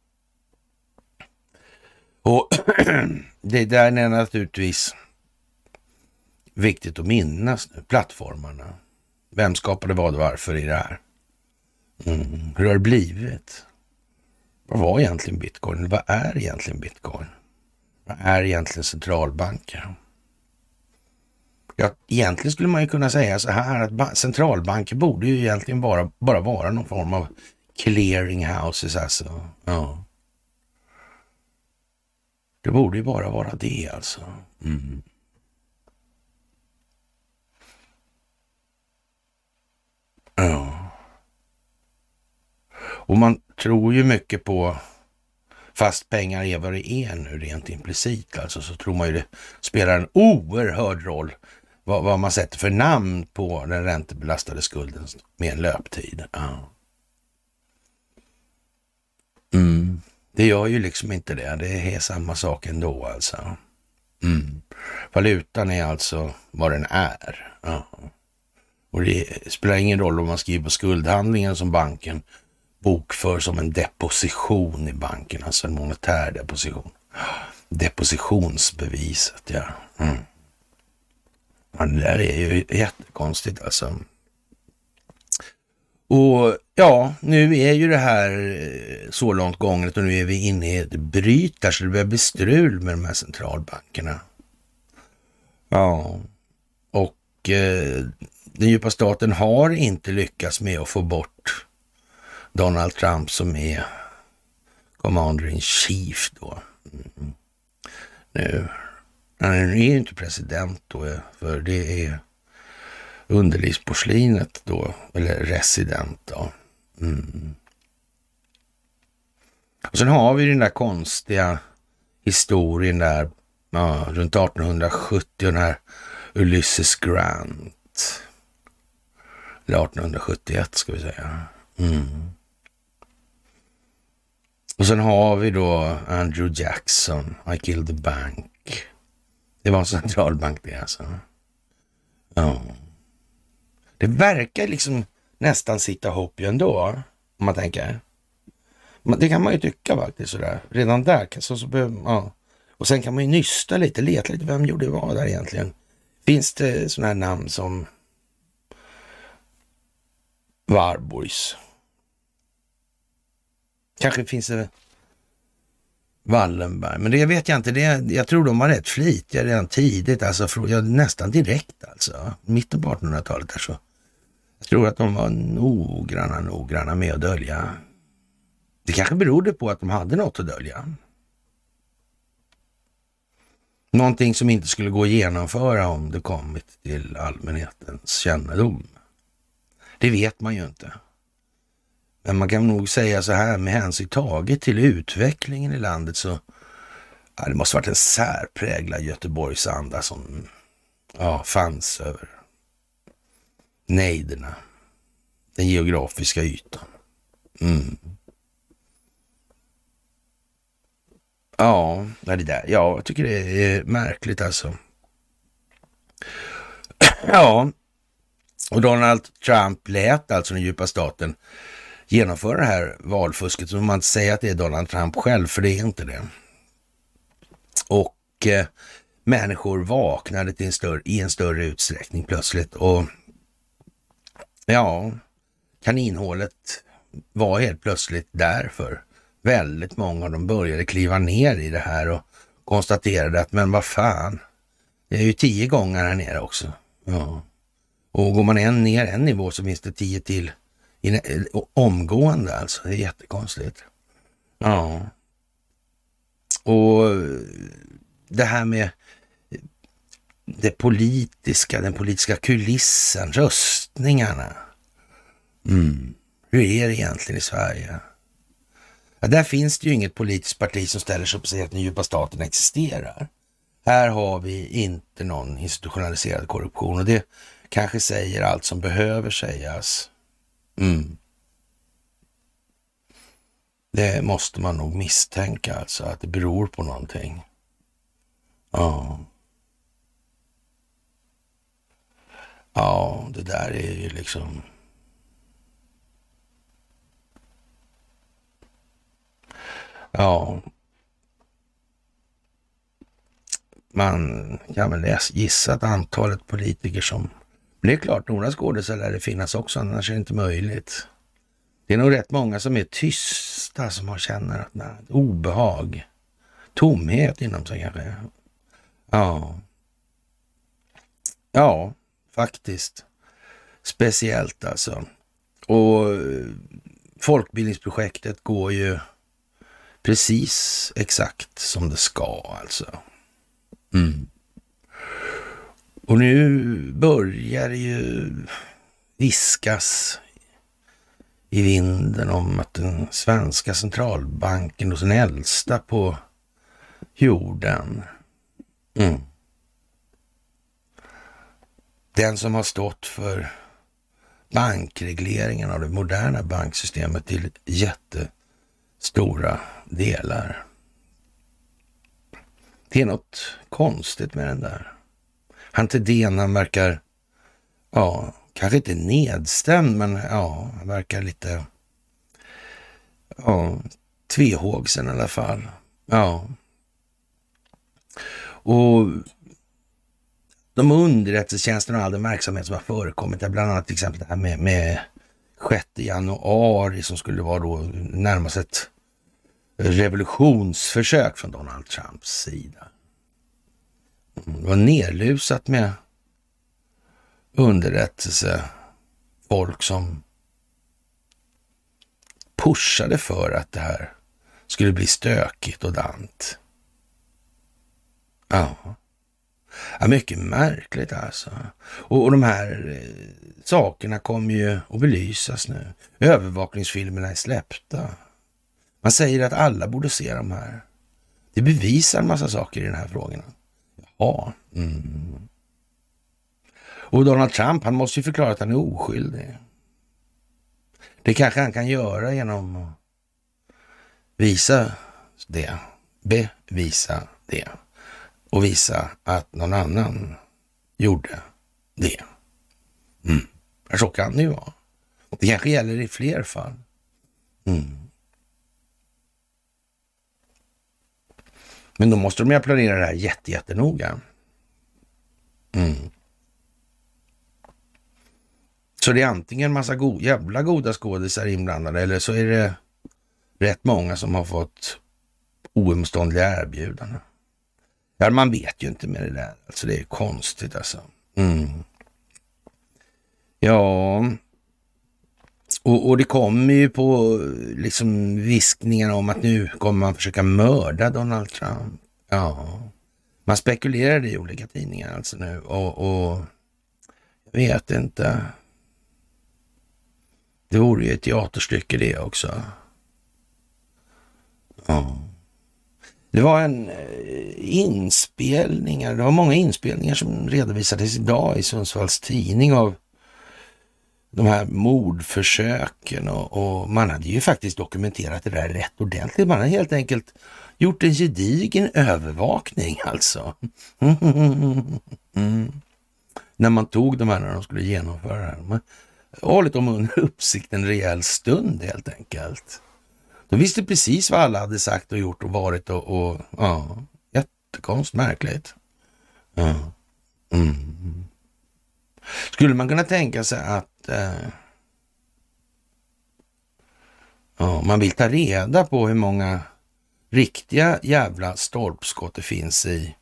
Och det där är naturligtvis viktigt att minnas nu. Plattformarna. Vem skapade vad och varför i det här? Hur har det blivit? Vad var egentligen bitcoin? Vad är egentligen bitcoin? Vad är egentligen centralbanker? Ja, egentligen skulle man ju kunna säga så här att centralbanker borde ju egentligen bara vara någon form av clearing houses alltså. Ja. Det borde ju bara vara det alltså. Ja. Och man tror ju mycket på fast pengar är vad det är nu rent implicit. Alltså så tror man ju det spelar en oerhörd roll vad man sätter för namn på den räntebelastade skulden med en löptid. Ja. Det gör ju liksom inte det. Det är samma sak ändå alltså. Valutan är alltså vad den är. Ja. Och det spelar ingen roll om man skriver på skuldhandlingen som banken bokför som en deposition i banken, alltså en monetär deposition. Depositionsbeviset, ja. Ja, det där är ju jättekonstigt alltså. Och ja, nu är ju det här så långt gånget och nu är vi inne i ett bryt så det börjar bli strul med de här centralbankerna. Ja, och den djupa staten har inte lyckats med att få bort Donald Trump som är commander in chief då. Nu. Han är ju inte president då, för det är underlivsporslinet då, eller resident då. Och sen har vi den där konstiga historien där runt 1870 och den här Ulysses Grant. Eller 1871 ska vi säga. Och sen har vi då Andrew Jackson, I killed the bank. Det var en centralbank det alltså. Ja. Det verkar liksom nästan sitta ihop ju ändå, om man tänker. Det kan man ju tycka faktiskt sådär. Redan där så behöver ja. Och sen kan man ju nysta lite, leta lite, vem gjorde vad där egentligen? Finns det sådana här namn som Warburgs? Kanske finns det Wallenberg, men det vet jag inte. Jag tror de var rätt flitiga redan tidigt, alltså nästan direkt alltså. Mitten på 1800-talet där så. Jag tror att de var noggranna med att dölja. Det kanske berodde på att de hade något att dölja. Någonting som inte skulle gå att genomföra om det kommit till allmänhetens kännedom. Det vet man ju inte. Men man kan nog säga så här, med hänsyn taget till utvecklingen i landet så det måste varit en särpräglad Göteborgsanda som fanns över nejderna, den geografiska ytan. Ja, det där. Ja, jag tycker det är märkligt alltså. Ja, och Donald Trump lät alltså den djupa staten genomföra det här valfusket, så man inte säger att det är Donald Trump själv, för det är inte det. Och människor vaknade i en större utsträckning plötsligt och kaninhålet var helt plötsligt därför. Väldigt många av dem började kliva ner i det här och konstaterade att men vad fan, det är ju 10 gånger här nere också. Ja. Och går man ner en nivå så finns det 10 till omgående alltså. Det är jättekonstigt. Ja. Och det här med den politiska kulissen, röstningarna. Hur är det egentligen i Sverige? Ja, där finns det ju inget politiskt parti som ställer sig upp och säger att den djupa staten existerar. Här har vi inte någon institutionaliserad korruption och det kanske säger allt som behöver sägas. Det måste man nog misstänka alltså, att det beror på någonting. Ja. det där är ju liksom... Ja, man kan väl gissa att antalet politiker som... Det är klart, några skådespelare lär det finnas också, annars är det inte möjligt. Det är nog rätt många som är tysta, som har känner att nej, obehag, tomhet inom sig kanske. Ja, faktiskt. Speciellt alltså. Och folkbildningsprojektet går ju precis exakt som det ska alltså. Och nu börjar det ju viskas i vinden om att den svenska centralbanken och den äldsta på jorden, den som har stått för bankregleringen av det moderna banksystemet till jättestora delar. Det är något konstigt med den där. Han verkar, kanske inte nedstämd, men han verkar lite, tvehågsen i alla fall. Och de underrättelsetjänsterna och all den verksamhet som har förekommit, bland annat till exempel det här med 6 januari som skulle vara då närmast ett revolutionsförsök från Donald Trumps sida. Det var nerlusat med underrättelsefolk som pushade för att det här skulle bli stökigt och dant. Ja, mycket märkligt alltså. Och de här sakerna kommer ju att belysas nu. Övervakningsfilmerna är släppta. Man säger att alla borde se de här. Det bevisar en massa saker i den här frågan. Ja. Och Donald Trump, han måste ju förklara att han är oskyldig. Det kanske han kan göra genom att visa det. Bevisa det. Och visa att någon annan gjorde det. Så kan det ju vara. Det kanske gäller i fler fall. Men då måste de ju planera det här jättenoga. Så det är antingen en massa jävla goda skådisar inblandade, eller så är det rätt många som har fått oemotståndliga erbjudanden. Ja, man vet ju inte med det där. Alltså det är konstigt alltså. Ja, och det kommer ju på liksom viskningar om att nu kommer man försöka mörda Donald Trump. Ja, man spekulerar i olika tidningar alltså nu och jag vet inte. Det vore ju ett teaterstycke det också. Ja. Det var det var många inspelningar som redovisades idag i Sundsvalls tidning av de här mordförsöken och man hade ju faktiskt dokumenterat det där rätt ordentligt. Man hade helt enkelt gjort en gedigen övervakning alltså. När man tog de här när de skulle genomföra det här. Man hållit dem under uppsikt en rejäl stund helt enkelt. De visste precis vad alla hade sagt och gjort och varit och jättekonst, märkligt. Skulle man kunna tänka sig att man vill ta reda på hur många riktiga jävla stolpskott det finns i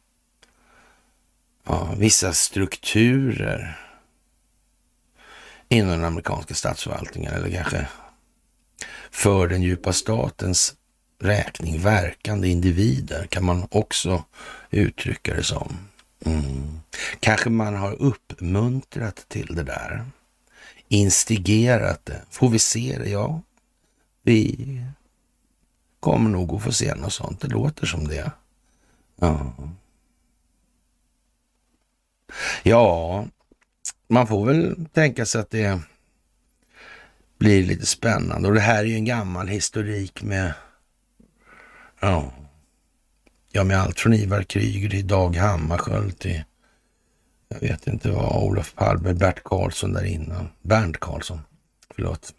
vissa strukturer inom den amerikanska statsförvaltningen, eller kanske för den djupa statens räkning verkande individer, kan man också uttrycka det som. Kanske man har uppmuntrat till det där, instigerat det. Får vi se det? Ja, vi kommer nog att få se något sånt. Det låter som det. Ja, man får väl tänka sig att det blir lite spännande. Och det här är ju en gammal historik med med allt från Ivar Kryger till Dag Hammarskjöld till Jag vet inte vad Olof Palme, Bert Karlsson där innan. Bernt Karlsson, förlåt.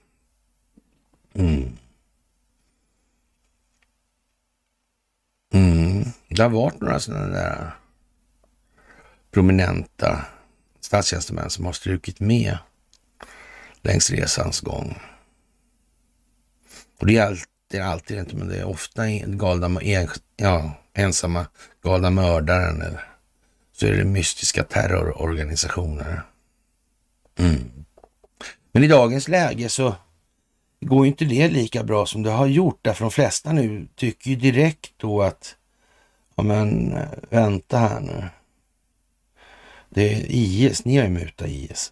Det har varit några sådana där prominenta statstjänstemän som har strukit med längs resans gång. Och det är alltid inte, men det är ofta ensamma galna mördaren, eller så är det mystiska terrororganisationer. Men i dagens läge så går inte det lika bra som det har gjort, därför de flesta nu tycker ju direkt då att ja men vänta här nu. Det är IS, ni har ju mutat IS.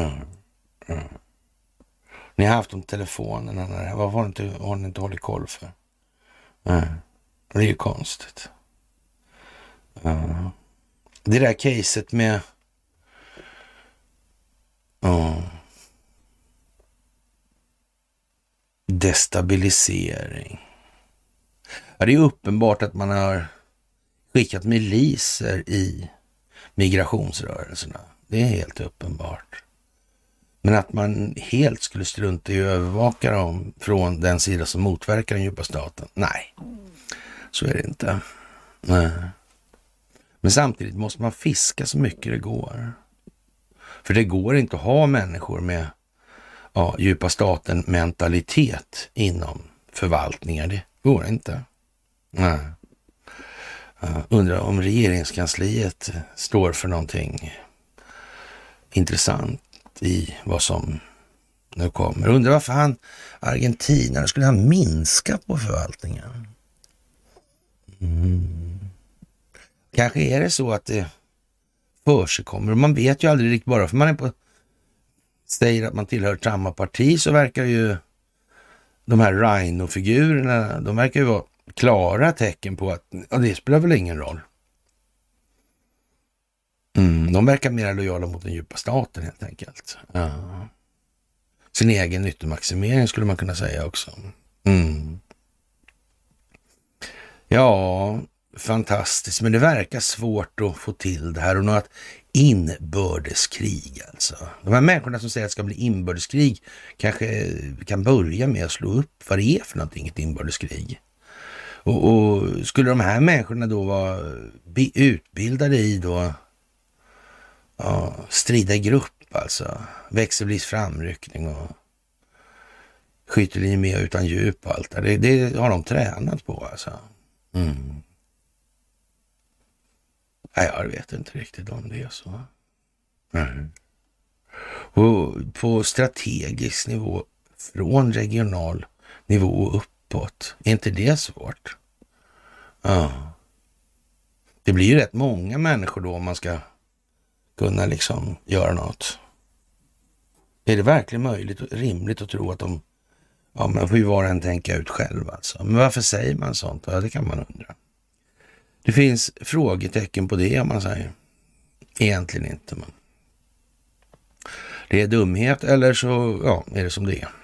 Ni har haft de telefonerna, vad har ni inte hållit koll för? Det är ju konstigt. Det där caset med destabilisering. Ja, det är uppenbart att man har skickat miliser i migrationsrörelserna. Det är helt uppenbart. Men att man helt skulle strunta i att övervaka dem från den sida som motverkar den djupa staten. Nej, så är det inte. Nej. Men samtidigt måste man fiska så mycket det går. För det går inte att ha människor med djupa staten mentalitet inom förvaltningar. Det går inte. Nej. Undrar om regeringskansliet står för någonting intressant i vad som nu kommer. Undrar varför Argentina skulle han minska på förvaltningen. Kanske är det så att det försigkommer. Man vet ju aldrig riktigt, bara för man säger att man tillhör samma parti, så verkar ju de här Rhino-figurerna, de verkar ju vara klara tecken på att det spelar väl ingen roll. De verkar mer lojala mot den djupa staten helt enkelt. Sin egen nyttomaximering skulle man kunna säga också. Ja, fantastiskt. Men det verkar svårt att få till det här. Och något inbördeskrig alltså. De här människorna som säger att det ska bli inbördeskrig kanske kan börja med att slå upp vad det är för någonting, ett inbördeskrig. Och skulle de här människorna då vara utbildade i då strida i grupp, alltså växelvis framryckning och skyttelinje med utan djup och allt det. Det har de tränat på alltså. Nej, jag vet inte riktigt om det är så. Och på strategisk nivå från regional nivå och uppåt, är inte det svårt? Det blir ju rätt många människor då om man ska kunna liksom göra något. Är det verkligen möjligt och rimligt att tro att man får ju var och en tänka ut själv alltså. Men varför säger man sånt? Ja, det kan man undra. Det finns frågetecken på det, om man säger. Egentligen inte, men det är dumhet, eller så är det som det är.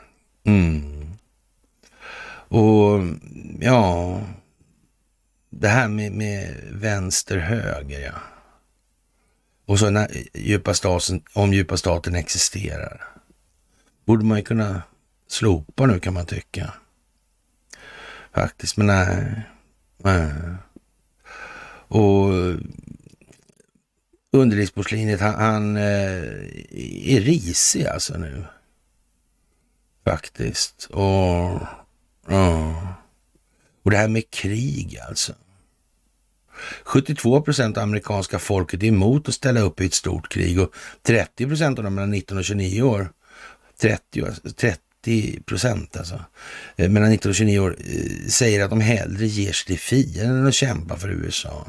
Och det här med vänster-höger, och så när djupa staten existerar, borde man ju kunna slopa nu, kan man tycka. Faktiskt, men nej. Och underlivsporslinet, han är risig alltså nu. Faktiskt. Och det här med krig alltså. 72% av amerikanska folket är emot att ställa upp i ett stort krig, och 30% av dem mellan 19 och 29 år, 30% alltså, mellan 19 och 29 år säger att de hellre ger sig till fienden än att kämpa för USA.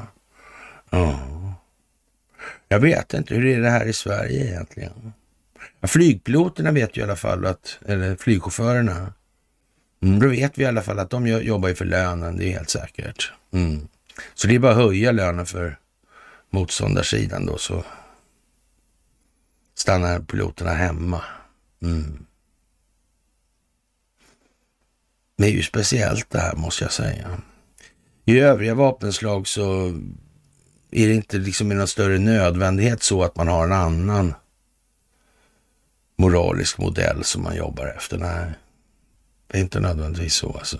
Jag vet inte, hur är det här i Sverige egentligen? Flygpiloterna vet ju i alla fall eller flygchaufförerna, då vet vi i alla fall att de jobbar ju för lönen, det är helt säkert. Så det är bara att höja lönen för motståndarsidan då, så stannar piloterna hemma. Det är ju speciellt det här, måste jag säga. I övriga vapenslag så är det inte liksom en större nödvändighet så att man har en annan moralisk modell som man jobbar efter? Nej, det är inte nödvändigtvis så alltså.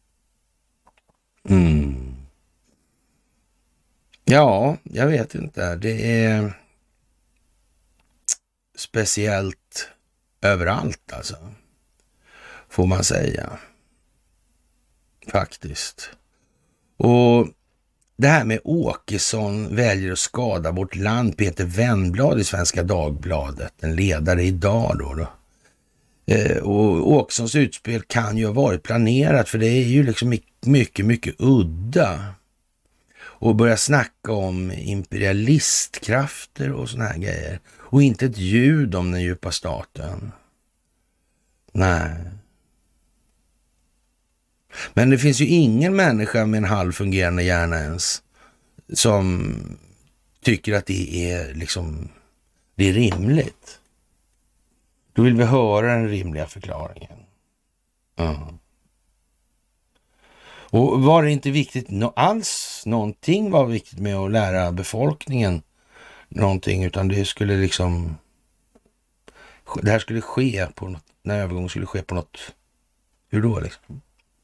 Ja, jag vet inte. Det är speciellt överallt alltså, får man säga. Faktiskt. Och det här med Åkesson väljer att skada vårt land. Peter Wennblad i Svenska Dagbladet, en ledare idag då. Och Åkessons utspel kan ju ha varit planerat, för det är ju liksom mycket, mycket udda. Och börja snacka om imperialistkrafter och såna här grejer. Och inte ett ljud om den djupa staten. Nej. Men det finns ju ingen människa med en halvfungerande hjärna ens som tycker att det är liksom, det är rimligt. Då vill vi höra den rimliga förklaringen. Och var det inte viktigt alls, någonting var viktigt med att lära befolkningen någonting, utan det skulle liksom, det här skulle ske på något, när övergången skulle ske på något, hur då liksom?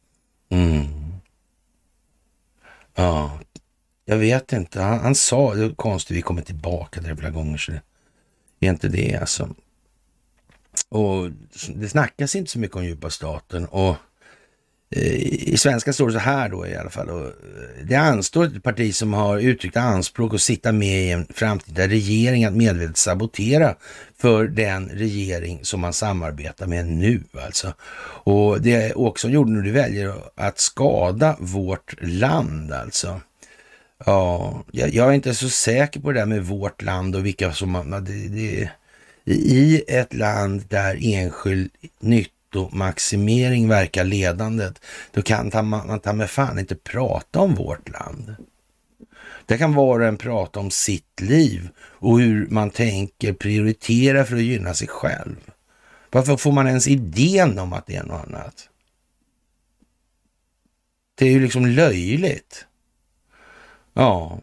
Ja, jag vet inte. Han sa, det är konstigt, vi kommer tillbaka till det flera gånger, så det är inte det alltså. Och det snackas inte så mycket om djupa staten, och i svenska står det så här då i alla fall. Och det anstår ett parti som har uttryckt anspråk att sitta med i en framtida regering att medvetet sabotera för den regering som man samarbetar med nu alltså. Och det också gjorde nu, det väljer att skada vårt land alltså. Ja, jag är inte så säker på det där med vårt land och vilka som man, i ett land där enskild nyttomaximering verkar ledandet, då kan man ta med fan inte prata om vårt land. Det kan var och en prata om sitt liv och hur man tänker prioritera för att gynna sig själv. Varför får man ens idén om att det är något annat? Det är ju liksom löjligt. Ja.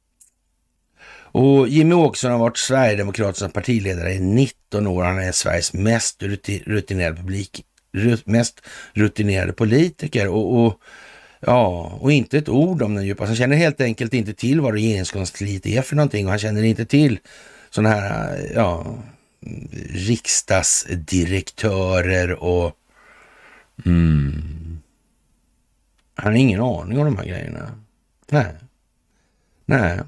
Och Jimmy Åkesson har varit Sverigedemokraternas partiledare i 19 år. Han är Sveriges mest rutinerade politiker. Och inte ett ord om den djupa. Han känner helt enkelt inte till vad regeringskansliet är för någonting. Och han känner inte till sådana här riksdagsdirektörer och han har ingen aning om de här grejerna. Nej.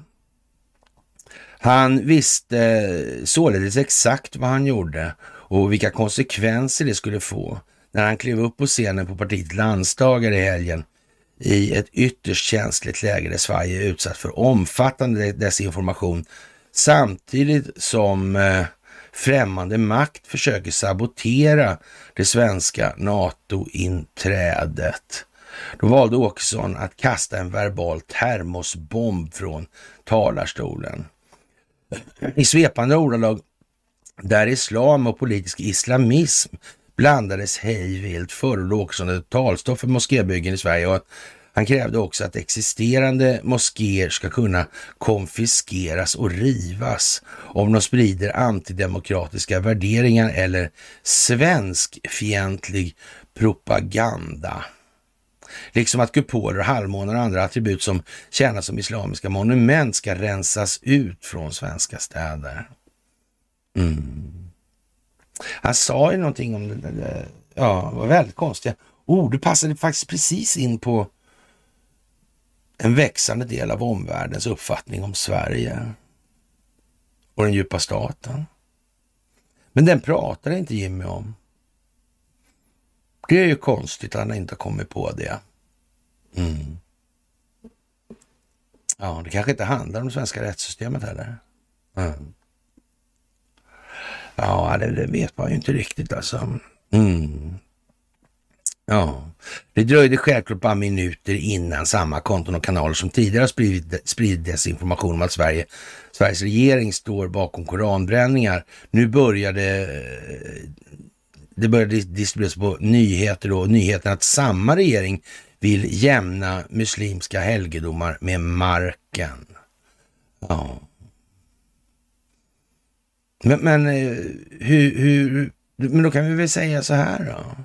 Han visste således exakt vad han gjorde och vilka konsekvenser det skulle få när han klev upp på scenen på partiets landsdagar i helgen i ett ytterst känsligt läge där Sverige är utsatt för omfattande desinformation samtidigt som främmande makt försöker sabotera det svenska NATO-inträdet. Då valde Åkesson att kasta en verbal termosbomb från talarstolen. I svepande ordalag där islam och politisk islamism blandades hejvilt förordade Åkesson ett talstopp för moskébyggen i Sverige, och han krävde också att existerande moskéer ska kunna konfiskeras och rivas om de sprider antidemokratiska värderingar eller svenskfientlig propaganda. Liksom att kupoler, halvmånar och andra attribut som tjänar som islamiska monument ska rensas ut från svenska städer. Han sa ju någonting om det. Ja, det var väldigt konstiga ord. Det passade faktiskt precis in på en växande del av omvärldens uppfattning om Sverige och den djupa staten. Men den pratar inte Jimmy om. Det är ju konstigt att han inte har kommit på det. Ja, det kanske inte handlar om det svenska rättssystemet heller. Ja, det vet man ju inte riktigt alltså. Ja, det dröjde självklart bara minuter innan samma konton och kanaler som tidigare spridit desinformation om att Sveriges regering står bakom koranbränningar. Nu började distribueras på nyheter och nyheten att samma regering vill jämna muslimska helgedomar med marken. Ja. Men men då kan vi väl säga så här då.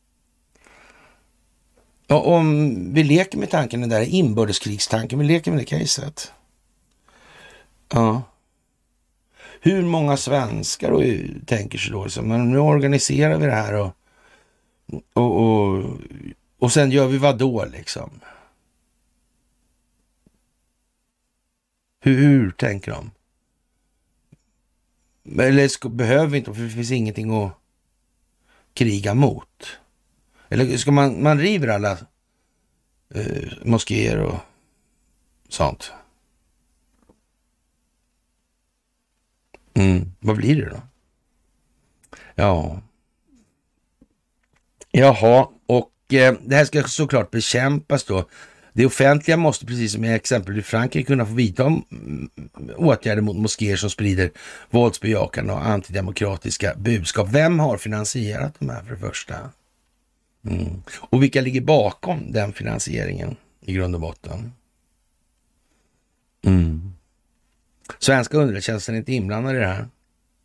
Om vi leker med tanken, den där inbördeskrigstanken, vi leker med det caset. Ja. Hur många svenskar då tänker sig då, så, men nu organiserar vi det här och sen gör vi vad då liksom? Hur tänker de? Eller behöver vi inte, för det finns ingenting att kriga mot? Eller ska man river alla moskéer och sånt? Vad blir det då? Ja. Jaha, och det här ska såklart bekämpas då. Det offentliga måste, precis som i exempel i Frankrike, kunna få vidta åtgärder mot moskéer som sprider våldsbejakande och antidemokratiska budskap. Vem har finansierat de här för det första? Och vilka ligger bakom den finansieringen i grund och botten? Svenska underrättelsetjänsten är inte inblandade i det här.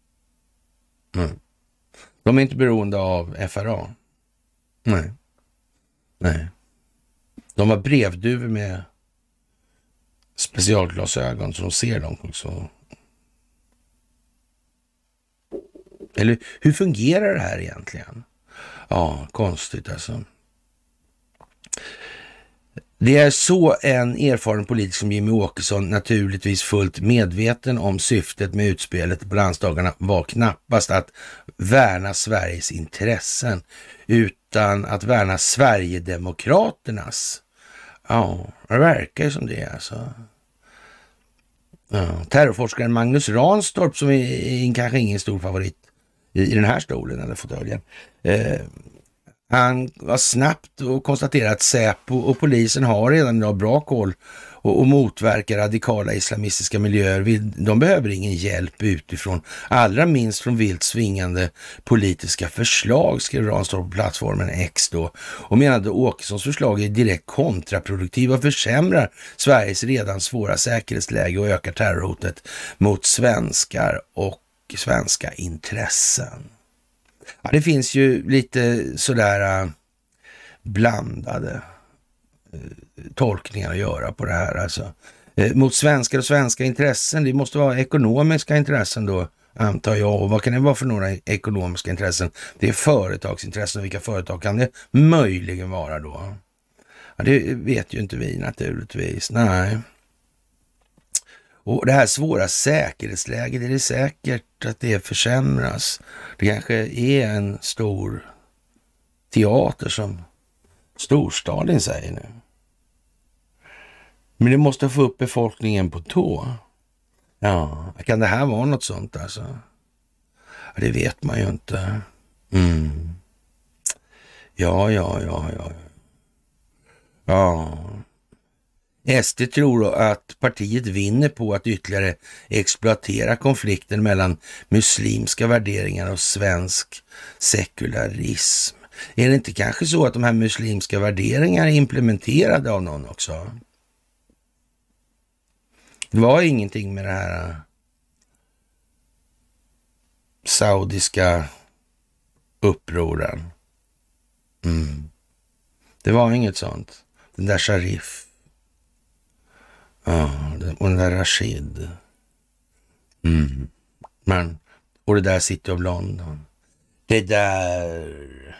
De är inte beroende av FRA. Nej. De har brevduvor med specialglasögon så de ser dem också. Eller hur fungerar det här egentligen? Ja, konstigt alltså. Det är så en erfaren politiker som Jimmy Åkesson, naturligtvis fullt medveten om syftet med utspelet på landsdagarna, var knappast att värna Sveriges intressen utan att värna Sverigedemokraternas. Ja, det verkar ju som det är alltså. Ja, terrorforskaren Magnus Ranstorp, som är kanske ingen stor favorit i den här stolen eller fåtöljen. Han var snabbt och konstaterade att Säpo och polisen har redan idag bra koll och motverkar radikala islamistiska miljöer. De behöver ingen hjälp utifrån, allra minst från vilt svingande politiska förslag, skrev Ranstorp på plattformen X då, och menade att Åkessons förslag är direkt kontraproduktiva och försämrar Sveriges redan svåra säkerhetsläge och ökar terrorhotet mot svenskar och svenska intressen. Ja, det finns ju lite sådär blandade tolkningar att göra på det här. Alltså. Mot svenskar och svenska intressen, det måste vara ekonomiska intressen då, antar jag. Och vad kan det vara för några ekonomiska intressen? Det är företagsintressen, och vilka företag kan det möjligen vara då? Ja, det vet ju inte vi naturligtvis, nej. Och det här svåra säkerhetsläget, är det säkert att det försämras? Det kanske är en stor teater som storstaden säger nu. Men det måste få upp befolkningen på tå. Ja, kan det här vara något sånt alltså? Ja, det vet man ju inte. Ja. SD tror att partiet vinner på att ytterligare exploatera konflikten mellan muslimska värderingar och svensk sekularism. Är det inte kanske så att de här muslimska värderingarna är implementerade av någon också? Det var ingenting med det här saudiska upproren. Det var inget sånt. Den där Sharif. Ja, och den där Rashid. Men, och det där City of London. Det där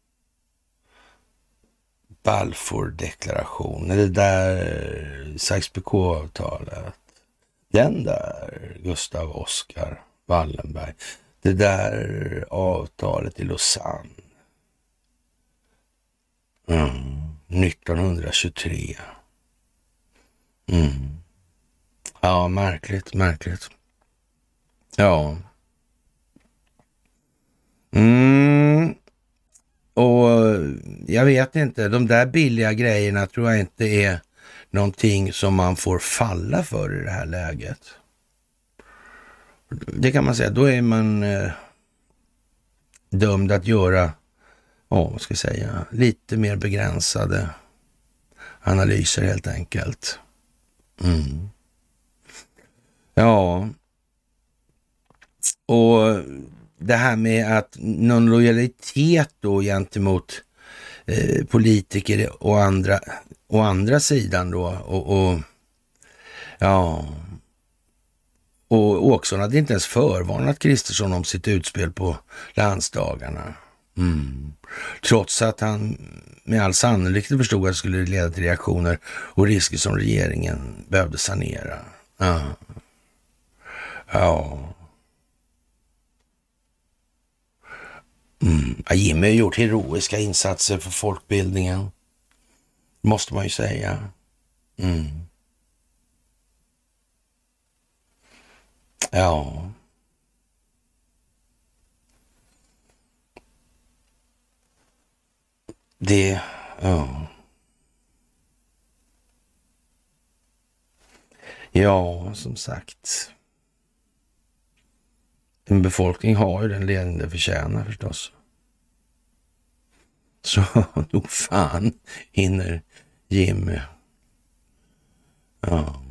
Balfour-deklarationen. Det där Sykes-Picot-avtalet. Den där Gustav Oskar Wallenberg. Det där avtalet i Lausanne. 1923. Ja, märkligt. Ja. Och jag vet inte, de där billiga grejerna tror jag inte är någonting som man får falla för i det här läget. Det kan man säga, då är man dömd att göra, vad ska jag säga, lite mer begränsade analyser helt enkelt. Ja, och det här med att någon lojalitet då gentemot politiker och andra sidan då och Åkesson hade inte ens förvarnat Kristersson om sitt utspel på landsdagarna. Trots att han med all sannolikhet förstod att det skulle leda till reaktioner och risker som regeringen behövde sanera. Jimmy har gjort heroiska insatser för folkbildningen, måste man ju säga. Ja. Ja, som sagt. En befolkning har ju den ledning det förtjänar förstås. Så nog fan hinner Jimmy. Ja.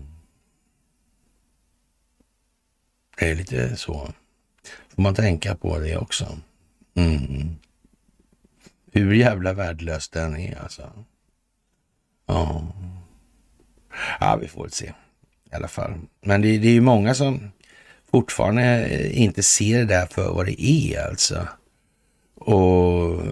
Det är lite så. Får man tänka på det också. Hur jävla värdelöst den är alltså. Ja, vi får väl se i alla fall. Men det är ju många som fortfarande inte ser det där för vad det är alltså. Och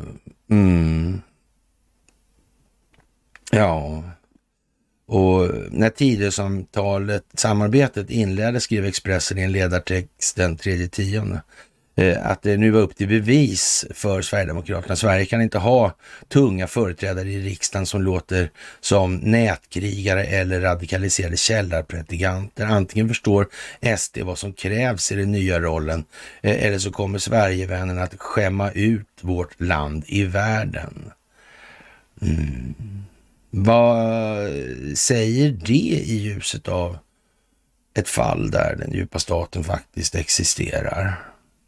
ja. Och när samarbetet inleddes skrev Expressen i en ledartext den 3/10 att det nu var upp till bevis för Sverigedemokraterna. Sverige kan inte ha tunga företrädare i riksdagen som låter som nätkrigare eller radikaliserade källarpredikanter. Antingen förstår SD vad som krävs i den nya rollen eller så kommer Sverigevännerna att skämma ut vårt land i världen. Vad säger det i ljuset av ett fall där den djupa staten faktiskt existerar?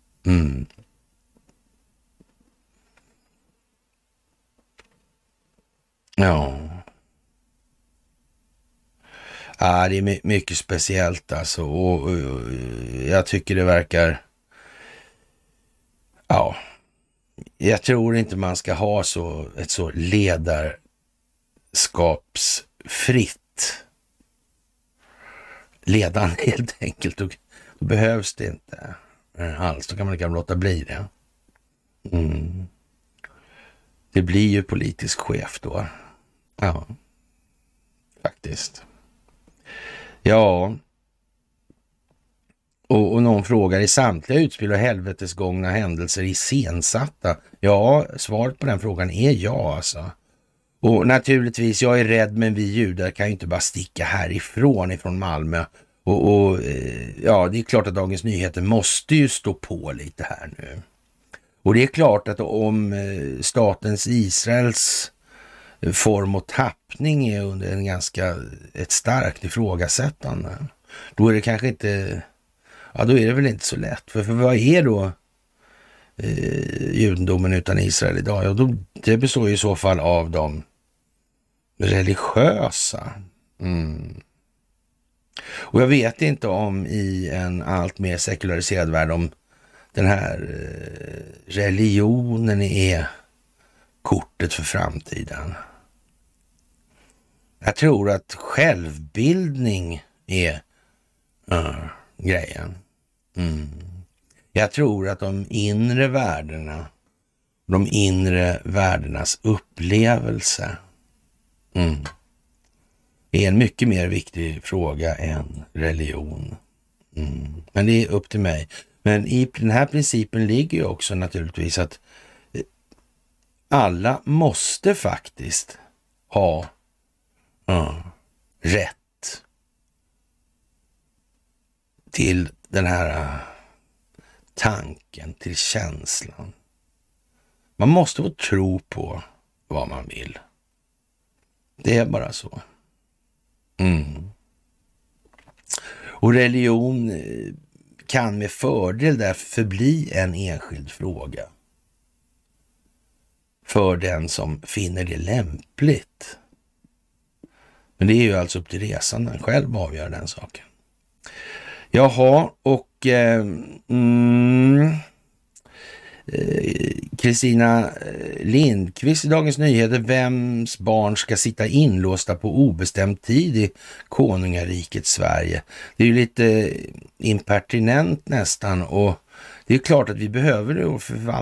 Ja. Det är mycket speciellt alltså och jag tycker det verkar jag tror inte man ska ha ett så ledarskapsfritt ledande helt enkelt. Då behövs det inte alls. Då kan man lika låta bli det. Det blir ju politisk chef då. Ja, faktiskt. Ja. Och någon frågar, i samtliga utspel och helvetesgångna händelser iscensatta? Ja, svaret på den frågan är ja alltså. Och naturligtvis, jag är rädd men vi judar kan ju inte bara sticka ifrån Malmö. Och det är klart att Dagens Nyheter måste ju stå på lite här nu. Och det är klart att om statens Israels form och tappning är under ett starkt ifrågasättande, då är det kanske inte, då är det väl inte så lätt. För vad är då judendomen utan Israel idag? Ja, det består ju i så fall av de religiösa. Och jag vet inte om i en allt mer sekulariserad värld om den här religionen är kortet för framtiden. Jag tror att självbildning är grejen. Jag tror att de inre värdenas upplevelse är en mycket mer viktig fråga än religion. Men det är upp till mig. Men i den här principen ligger ju också naturligtvis att alla måste faktiskt ha rätt till den här tanken, till känslan. Man måste få tro på vad man vill. Det är bara så. Och religion kan med fördel därför förbli en enskild fråga för den som finner det lämpligt. Men det är ju alltså upp till resanden själv att avgöra den saken. Jaha, och Kristina Lindqvist i Dagens Nyheter. Vems barn ska sitta inlåsta på obestämd tid i konungariket Sverige? Det är ju lite impertinent nästan, och det är klart att vi behöver det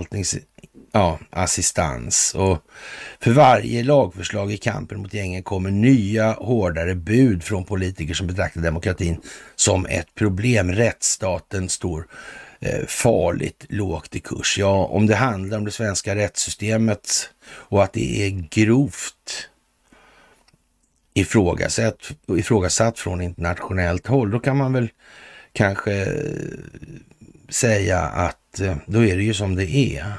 assistans, och för varje lagförslag i kampen mot gängen kommer nya hårdare bud från politiker som betraktar demokratin som ett problem. Rättsstaten står farligt lågt i kurs. Ja, om det handlar om det svenska rättssystemet och att det är grovt ifrågasatt från internationellt håll, då kan man väl kanske säga att då är det ju som det är.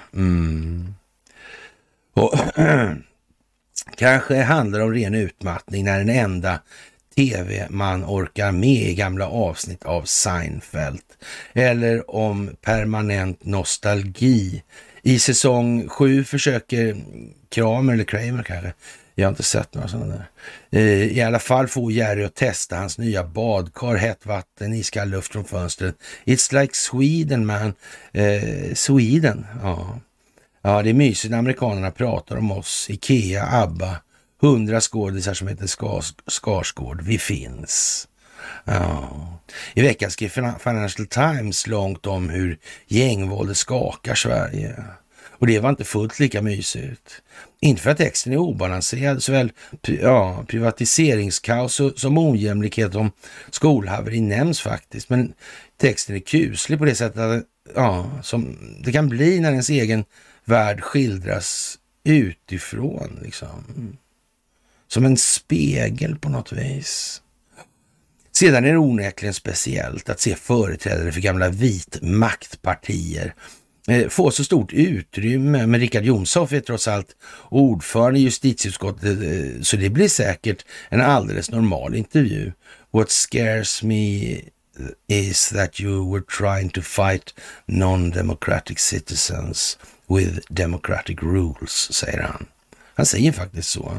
Och kanske handlar det om ren utmattning när den enda tv man orkar med i gamla avsnitt av Seinfeld, eller om permanent nostalgi. I säsong 7 försöker Kramer kanske, jag har inte sett några sådana där, i alla fall få Jerry att testa hans nya badkar, hett vatten, iskall luft från fönstret. It's like Sweden, man. Sweden, ja. Ja, det är mysigt när amerikanerna pratar om oss. Ikea, ABBA, 100 skådisar som heter Skarsgård. Vi finns. Ja. I veckan skrev Financial Times långt om hur gängvåldet skakar Sverige. Och det var inte fullt lika mysigt. Inte för att texten är obalanserad, såväl privatiseringskaos som ojämlikhet om skolhaveri nämns faktiskt. Men texten är kuslig på det sättet som det kan bli när ens egen värld skildras utifrån, liksom. Som en spegel på något vis. Sedan är det onekligen speciellt att se företrädare för gamla vitmaktpartier få så stort utrymme. Men Richard Jomshof är trots allt ordförande i justitieutskottet, så det blir säkert en alldeles normal intervju. What scares me is that you were trying to fight non-democratic citizens with democratic rules, säger han. Han säger faktiskt så.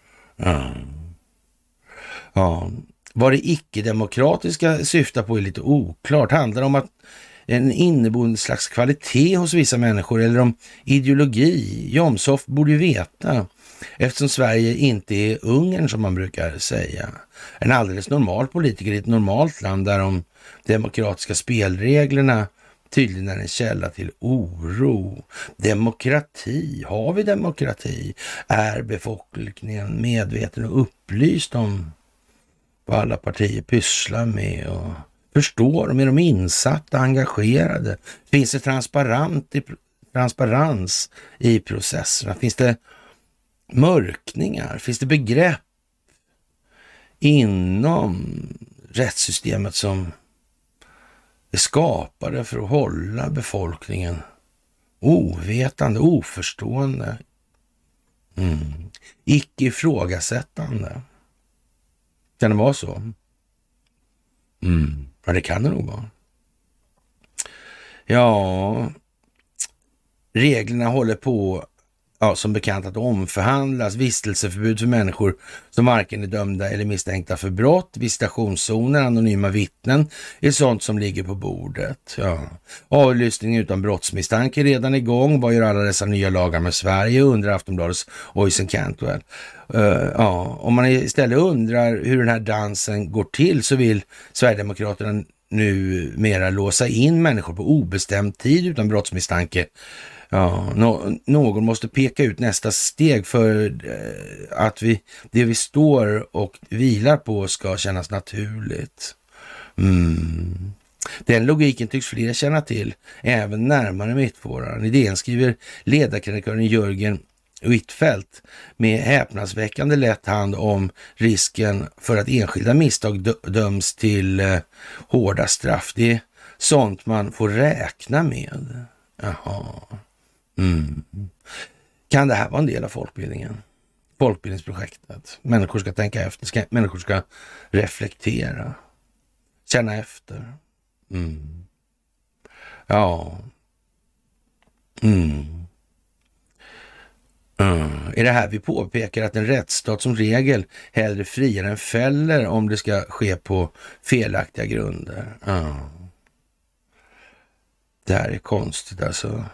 Ja. Vad det icke-demokratiska syftar på är lite oklart. Handlar det om att en inneboende slags kvalitet hos vissa människor eller om ideologi? Jomshof borde ju veta, eftersom Sverige inte är Ungern som man brukar säga. En alldeles normal politiker i ett normalt land där de demokratiska spelreglerna tydligen är en källa till oro. Demokrati, har vi demokrati? Är befolkningen medveten och upplyst om vad alla partier pysslar med, och förstår de, är de insatta, engagerade? Finns det transparens i processerna? Finns det mörkningar? Finns det begrepp inom rättssystemet som är skapade för att hålla befolkningen ovetande, oförstående, icke ifrågasättande? Kan det vara så? Ja, det kan det nog vara. Ja, reglerna håller på, som bekant, att omförhandlas. Vistelseförbud för människor som varken är dömda eller misstänkta för brott. Visitationszoner, anonyma vittnen är sånt som ligger på bordet. Ja. Avlyssning utan brottsmisstanke är redan igång. Vad gör alla dessa nya lagar med Sverige? Undrar Aftonbladets Oisin Cantwell. Om man istället undrar hur den här dansen går till, så vill Sverigedemokraterna nu mera låsa in människor på obestämd tid utan brottsmisstanke. Ja, någon måste peka ut nästa steg för att det vi står och vilar på ska kännas naturligt. Den logiken tycks fler känna till, även närmare mittfåran. I DN skriver ledarkrönikören Jörgen Whitfeldt med häpnadsväckande lätt hand om risken för att enskilda misstag döms till hårda straff. Det är sånt man får räkna med. Jaha. Kan det här vara en del av folkbildningen? Folkbildningsprojektet. Människor ska tänka efter, människor ska reflektera, känna efter. Ja. Är det här vi påpekar att en rättsstat som regel hellre friar än fäller om det ska ske på felaktiga grunder? Det här är konstigt alltså.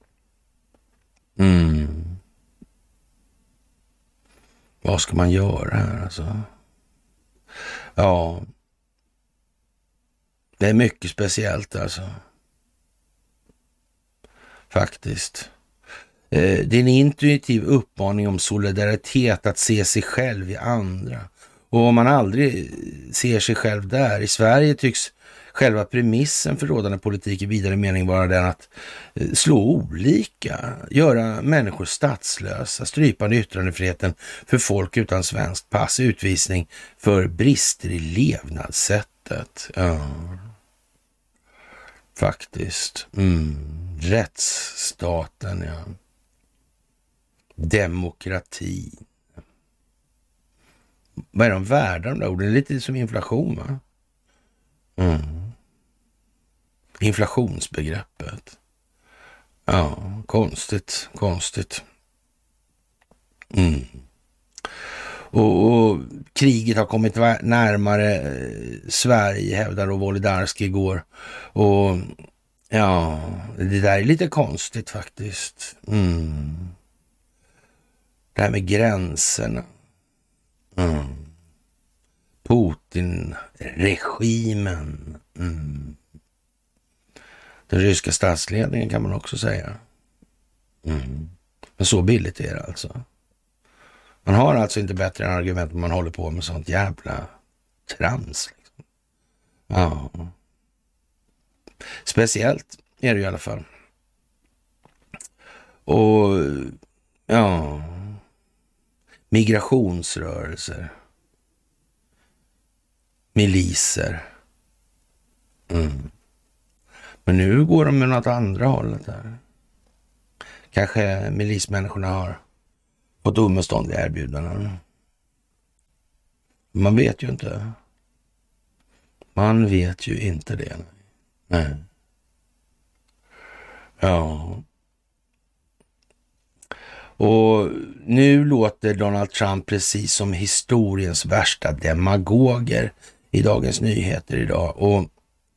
Vad ska man göra här alltså? Ja, det är mycket speciellt alltså. Faktiskt. Det är en intuitiv uppmaning om solidaritet att se sig själv i andra. Och om man aldrig ser sig själv där, i Sverige tycks själva premissen för rådande politik i vidare mening vara den att slå olika, göra människor statslösa, strypa yttrandefriheten för folk utan svenskt pass, utvisning för brister i levnadssättet. Ja. Faktiskt. Rättsstaten, ja. Demokrati. Vad är de värda, de där orden? Lite som inflation, va? Inflationsbegreppet. Ja, konstigt. Och kriget har kommit närmare Sverige, hävdar Wolodarski igår. Och ja, det där är lite konstigt faktiskt. Det här med gränserna. Putin-regimen. Den ryska statsledningen kan man också säga. Men så billigt är det alltså. Man har alltså inte bättre än argument om man håller på med sånt jävla trams. Liksom. Ja. Speciellt är det i alla fall. Och ja, migrationsrörelser. Miliser. Men nu går de med något andra hållet här. Kanske milismänniskorna har fått omeståndliga erbjudanden. Man vet ju inte. Man vet ju inte det. Nej. Ja. Och nu låter Donald Trump precis som historiens värsta demagoger i Dagens Nyheter idag. Och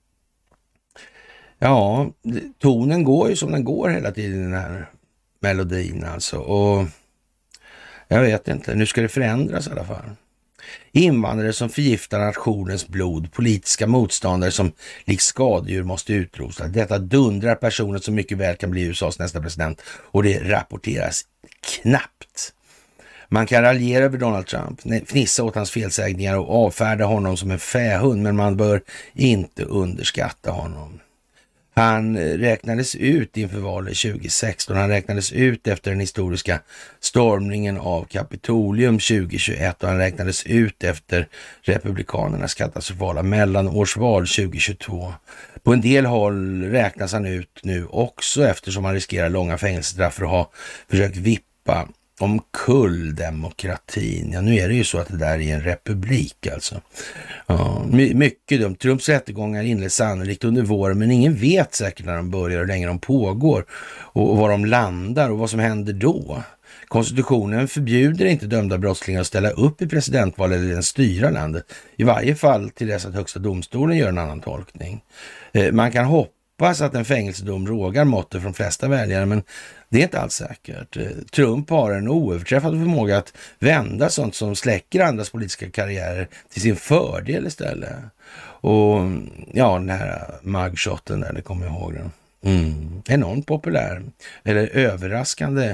ja, tonen går ju som den går hela tiden, den här melodin alltså. Och jag vet inte, nu ska det förändras i alla fall. Invandrare som förgiftar nationens blod, politiska motståndare som likt skadedjur måste utrotas. Detta dundrar personer som mycket väl kan bli USAs nästa president, och det rapporteras knappt. Man kan raljera över Donald Trump, fnissa åt hans felsägningar och avfärda honom som en fähund, men man bör inte underskatta honom. Han räknades ut inför valet 2016. Han räknades ut efter den historiska stormningen av Kapitolium 2021 och han räknades ut efter republikanernas katastrofala mellanårsval 2022. På en del håll räknas han ut nu också eftersom han riskerar långa fängelsestraff för att ha försökt vippa omkull demokratin. Ja, nu är det ju så att det där är en republik alltså. Ja, mycket dumt. Trumps rättegångar inleds sannolikt under våren, men ingen vet säkert när de börjar, hur länge de pågår och var de landar och vad som händer då. Konstitutionen förbjuder inte dömda brottslingar att ställa upp i presidentval eller ens styra landet. I varje fall till dess att högsta domstolen gör en annan tolkning. Man kan hoppas att en fängelsedom rågar måttet från flesta väljare, men det är inte alls säkert. Trump har en oöverträffad förmåga att vända sånt som släcker andras politiska karriärer till sin fördel istället. Och ja, den här mugshoten där, det kommer jag ihåg den. Enormt populär. Eller överraskande.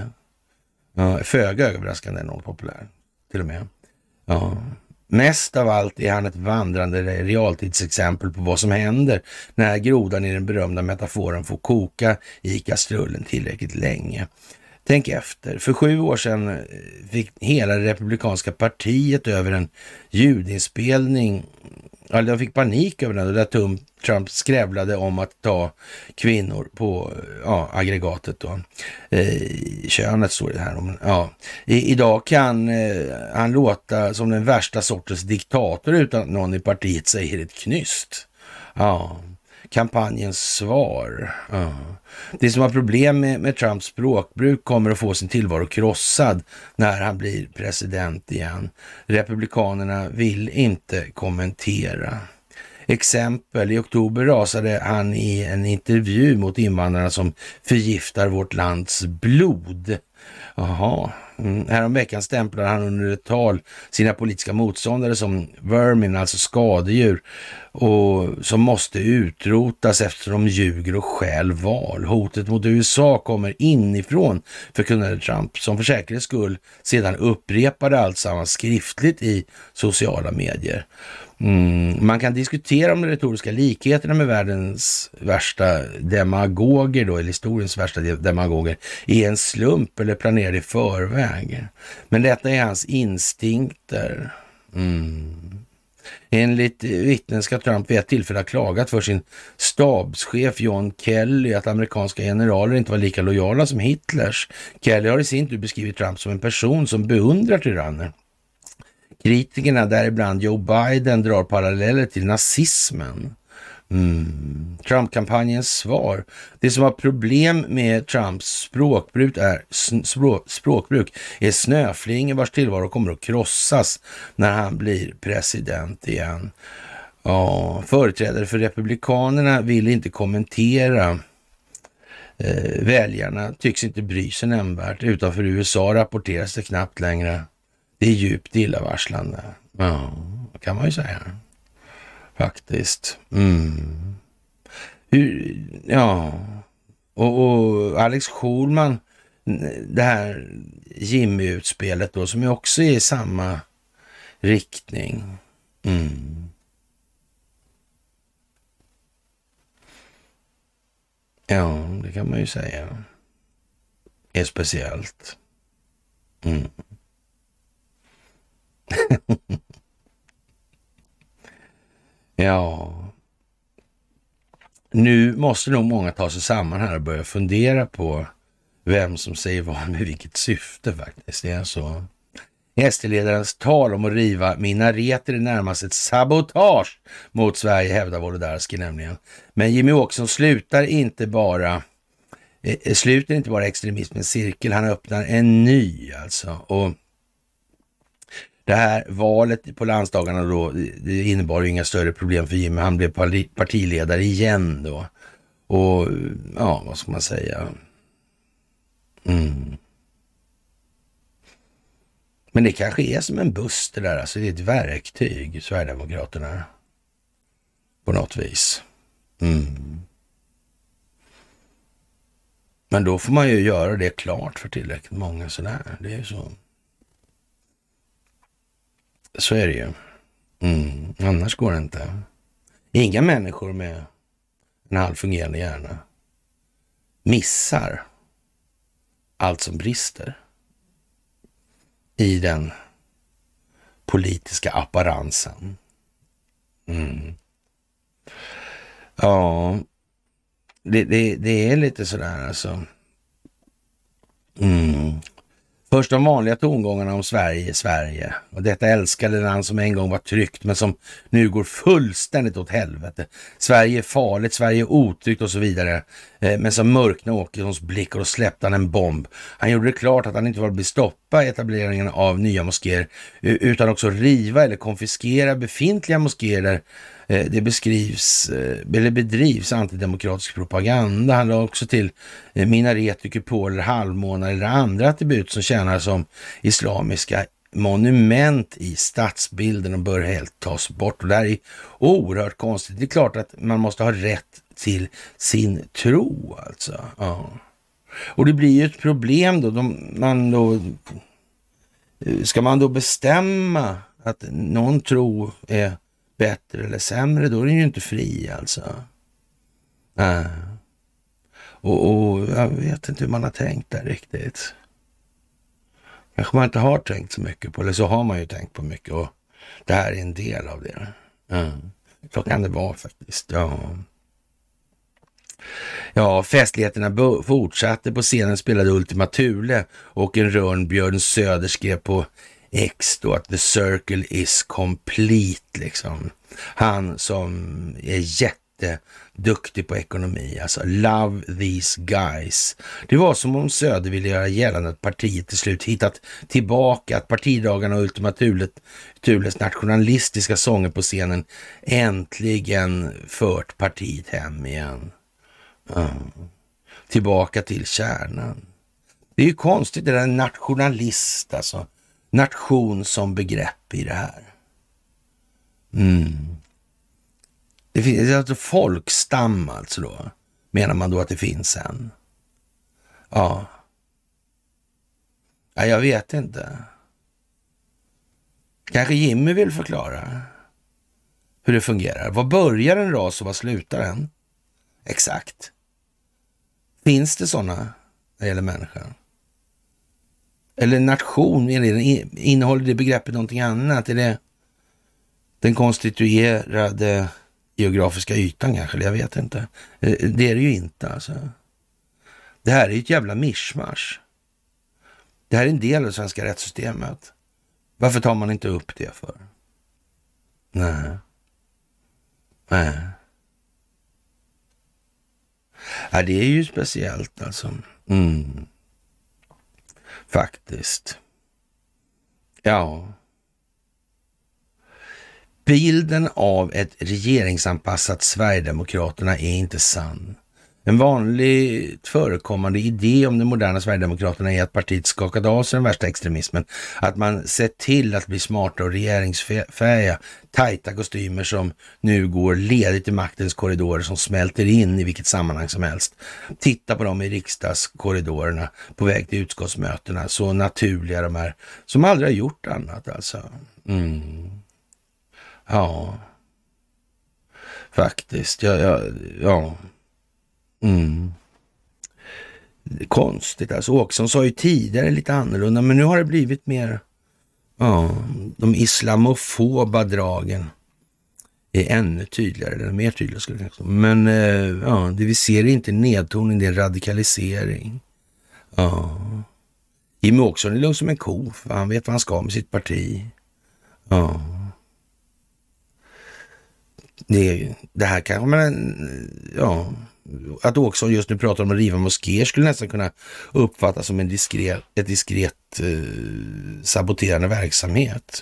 Föga överraskande enormt populär. Till och med. Ja. Mest av allt är han ett vandrande realtidsexempel på vad som händer när grodan i den berömda metaforen får koka i kastrullen tillräckligt länge. Tänk efter. För 7 år sedan fick hela det republikanska partiet över en ljudinspelning. Ja, de fick panik över den, där Trump skrävlade om att ta kvinnor på aggregatet då. Könet står det här om. Ja. Idag kan han låta som den värsta sortens diktator utan att någon i partiet säger ett knyst. Ja. kampanjens svar. Det som har problem med Trumps språkbruk kommer att få sin tillvaro krossad när han blir president igen. Republikanerna vill inte kommentera. Exempel, i oktober rasade han i en intervju mot invandrarna som förgiftar vårt lands blod. Häromveckan stämplade han under ett tal sina politiska motståndare som vermin, alltså skadedjur, och som måste utrotas eftersom de ljuger och stjäl val. Hotet mot USA kommer inifrån, förkunnade Trump, som för säkerhets skull sedan upprepade alltsammans skriftligt i sociala medier. Man kan diskutera om de retoriska likheterna med världens värsta demagoger då, eller historiens värsta demagoger, är en slump eller planerade i förväg. Men detta är hans instinkter. Enligt vittnen ska Trump vid ett tillfälle ha klagat för sin stabschef John Kelly att amerikanska generaler inte var lika lojala som Hitlers. Kelly har i sin tur beskrivit Trump som en person som beundrar tyranner. Kritikerna, däribland Joe Biden, drar paralleller till nazismen. Trump-kampanjens svar. Det som har problem med Trumps språkbruk är snöflingor vars tillvaro kommer att krossas när han blir president igen. Företrädare för Republikanerna vill inte kommentera. Väljarna tycks inte bry sig nämnvärt. Utanför USA rapporteras det knappt längre. Det är djupt illavarslande. Kan man ju säga. Faktiskt. Och Alex Schulman, det här Jimmy-utspelet då, som ju också är i samma riktning. Ja, det kan man ju säga. Är speciellt. Ja, nu måste nog många ta sig samman här och börja fundera på vem som säger vad med vilket syfte faktiskt. Det är så. SD-ledarens tal om att riva minareter är närmast ett sabotage mot Sverige, hävdar Wolodarski nämligen. Men Jimmy Åkesson sluter inte bara extremismens cirkel, han öppnar en ny alltså. Och det här valet på landsdagarna då, det innebar ju inga större problem för Jimmy. Han blev partiledare igen då. Och ja, vad ska man säga? Men det kanske är som en buss det där. Alltså det är ett verktyg, Sverigedemokraterna. På något vis. Men då får man ju göra det klart för tillräckligt många sådär. Det är ju så. Så är det ju. Annars går det inte. Inga människor med en halvfungerande hjärna missar allt som brister i den politiska apparansen. Ja, det är lite sådär alltså. Först de vanliga tongångarna om Sverige. Och detta älskade land som en gång var tryggt men som nu går fullständigt åt helvete. Sverige är farligt, Sverige är otryggt och så vidare. Men som mörkna Åkessons blick och då släppte han en bomb. Han gjorde det klart att han inte var att bli stoppa etableringen av nya moskéer utan också riva eller konfiskera befintliga moskéer där det bedrivs antidemokratisk propaganda. Han la också till minareter, kupoler, halvmånar eller andra attribut som tjänar som islamiska monument i stadsbilden och bör helt tas bort. Och det här är oerhört konstigt. Det är klart att man måste ha rätt till sin tro alltså. Ja. Och det blir ju ett problem då. Ska man då bestämma att någon tro är bättre eller sämre, då är den ju inte fri alltså. Och jag vet inte hur man har tänkt där riktigt. Kanske man inte har tänkt så mycket på, eller så har man ju tänkt på mycket och det här är en del av det. Så kan det vara faktiskt. Ja, festligheterna fortsatte. På scenen spelade Ultima Thule och en rörn Björn Söder skrev på X då att the circle is complete liksom. Han som är jätteduktig på ekonomi. Alltså, love these guys. Det var som om Söder ville göra gällande att partiet till slut hittat tillbaka, att partidagarna och Ultima Thules nationalistiska sånger på scenen äntligen fört partiet hem igen. Tillbaka till kärnan. Det är ju konstigt, det där nationalist, alltså nation som begrepp i det här. Det finns alltså folkstam, alltså då. Menar man då att det finns en? Ja. Ja, jag vet inte. Kanske Jimmy vill förklara hur det fungerar. Vad börjar en ras och vad slutar den? Exakt. Finns det sådana när det gäller människan? Eller nation, innehåller det begreppet någonting annat? Är det den konstituerade geografiska ytan kanske? Jag vet inte. Det är det ju inte alltså. Det här är ju ett jävla mischmasch. Det här är en del av det svenska rättssystemet. Varför tar man inte upp det för? Nej. Ja, det är ju speciellt alltså. Faktiskt. Ja. Bilden av ett regeringsanpassat Sverigedemokraterna är inte sann. En vanligt förekommande idé om de moderna Sverigedemokraterna är att partiet skakat av sig den värsta extremismen. Att man sett till att bli smarta och regeringsfähiga, tajta kostymer som nu går ledigt i maktens korridorer som smälter in i vilket sammanhang som helst. Titta på dem i riksdagskorridorerna på väg till utskottsmötena. Så naturliga de är, som aldrig har gjort annat alltså. Ja, faktiskt. Ja. Konstigt alltså. Åkesson sa ju tidigare lite annorlunda, men nu har det blivit mer, de islamofoba dragen är ännu tydligare, eller mer tydliga skulle jag säga. Men det vi ser är inte nedtoning, det är radikalisering. Jimmy Åkesson är lugn som en ko, för han vet vad han ska med sitt parti. Det här kanske man, att Åkesson just nu pratar om att riva moskéer skulle nästan kunna uppfattas som ett diskret saboterande verksamhet.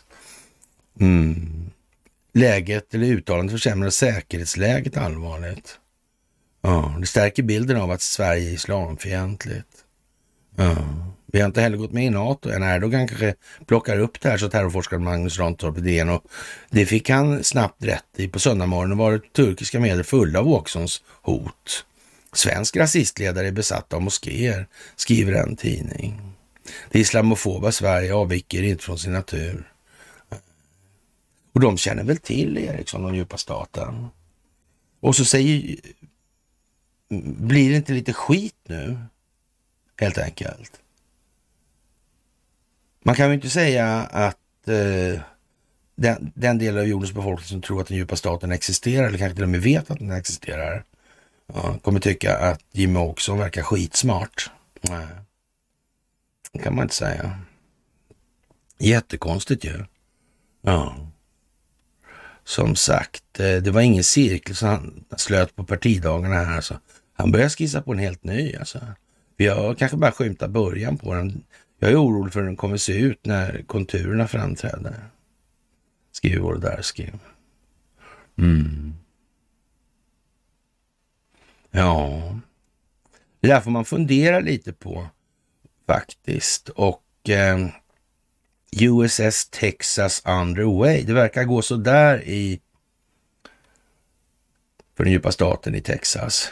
Läget eller uttalandet försämrar säkerhetsläget allvarligt. Det stärker bilden av att Sverige är islamfientligt. Vi har inte heller gått med i NATO. Erdogan kanske plockar upp det här, så terrorforskaren Magnus Rantorp idén, och det fick han snabbt rätt i. På söndagmorgonen var det turkiska medier fulla av Åkessons hot. Svensk rasistledare är besatt av moskéer, skriver en tidning. Det islamofoba Sverige avviker inte från sin natur. Och de känner väl till Eriksson, de djupa staten. Och så säger, blir det inte lite skit nu? Helt enkelt. Man kan ju inte säga att den del av jordens befolkning som tror att den djupa staten existerar, eller kanske till och med vet att den existerar, kommer tycka att Jimmy Åkesson verkar skitsmart. Nej, det kan man inte säga. Jättekonstigt ju. Som sagt, det var ingen cirkel som han slöt på partidagarna här. Alltså. Han börjar skissa på en helt ny. Alltså. Vi har kanske bara skymtat början på den. Jag är orolig för hur den kommer se ut när konturerna framträder. Skriver Wolodarski. Ja, det där får man fundera lite på faktiskt. Och USS Texas underway. Det verkar gå så där för den djupa staten i Texas.